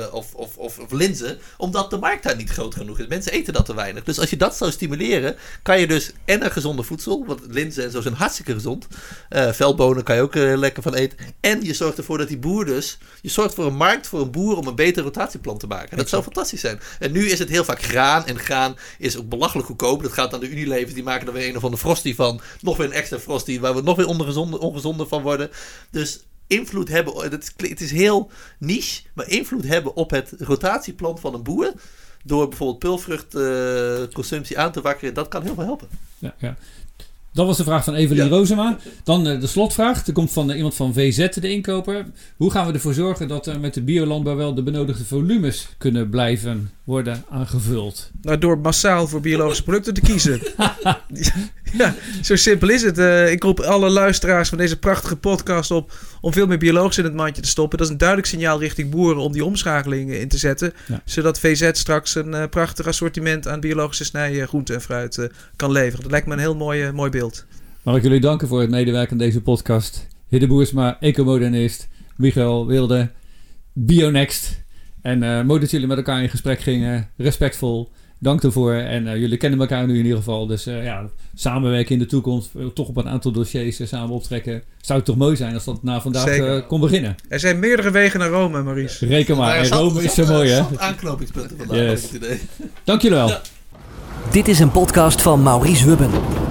linzen. Omdat de markt daar niet groot genoeg is. Mensen eten dat te weinig. Dus als je dat zou stimuleren, kan je dus en een gezonde voedsel. Want linzen en zo zijn hartstikke gezond. Veldbonen kan je ook lekker van eten. En je zorgt ervoor dat die boer dus, je zorgt voor een markt voor een boer om een beter rotatieplan te maken. Dat zou fantastisch zijn. En nu is het heel vaak graan. En graan is ook belachelijk goedkoop. Dat gaat aan de Unilever. Die maken er weer een of andere frosty van. Nog weer een extra frosty. Waar we nog weer ongezonder van worden. Dus invloed hebben. Het is heel niche. Maar invloed hebben op het rotatieplan van een boer. Door bijvoorbeeld peulvruchtconsumptie aan te wakkeren. Dat kan heel veel helpen. Ja. Dat was de vraag van Evelien Rozema. Dan de slotvraag. Er komt van iemand van VZ, de inkoper. Hoe gaan we ervoor zorgen dat er met de biolandbouw wel de benodigde volumes kunnen blijven worden aangevuld? Nou, door massaal voor biologische producten te kiezen. Ja, zo simpel is het. Ik roep alle luisteraars van deze prachtige podcast op om veel meer biologisch in het mandje te stoppen. Dat is een duidelijk signaal richting boeren om die omschakeling in te zetten. Ja. Zodat VZ straks een prachtig assortiment aan biologische groente en fruit kan leveren. Dat lijkt me een heel mooi beeld. Mag ik jullie danken voor het medewerken aan deze podcast. Hidde Boersma, ecomodernist, Michael Wilde, Bionext. En mooi dat jullie met elkaar in gesprek gingen. Respectvol. Dank daarvoor. En jullie kennen elkaar nu in ieder geval. Dus samenwerken in de toekomst. Toch op een aantal dossiers samen optrekken. Zou het toch mooi zijn als dat na vandaag kon beginnen. Er zijn meerdere wegen naar Rome, Maurice. Reken maar. En Rome is zo mooi, hè? Aanknopingspunten vandaag. Yes. Dank jullie wel. Ja. Dit is een podcast van Maurice Wubben.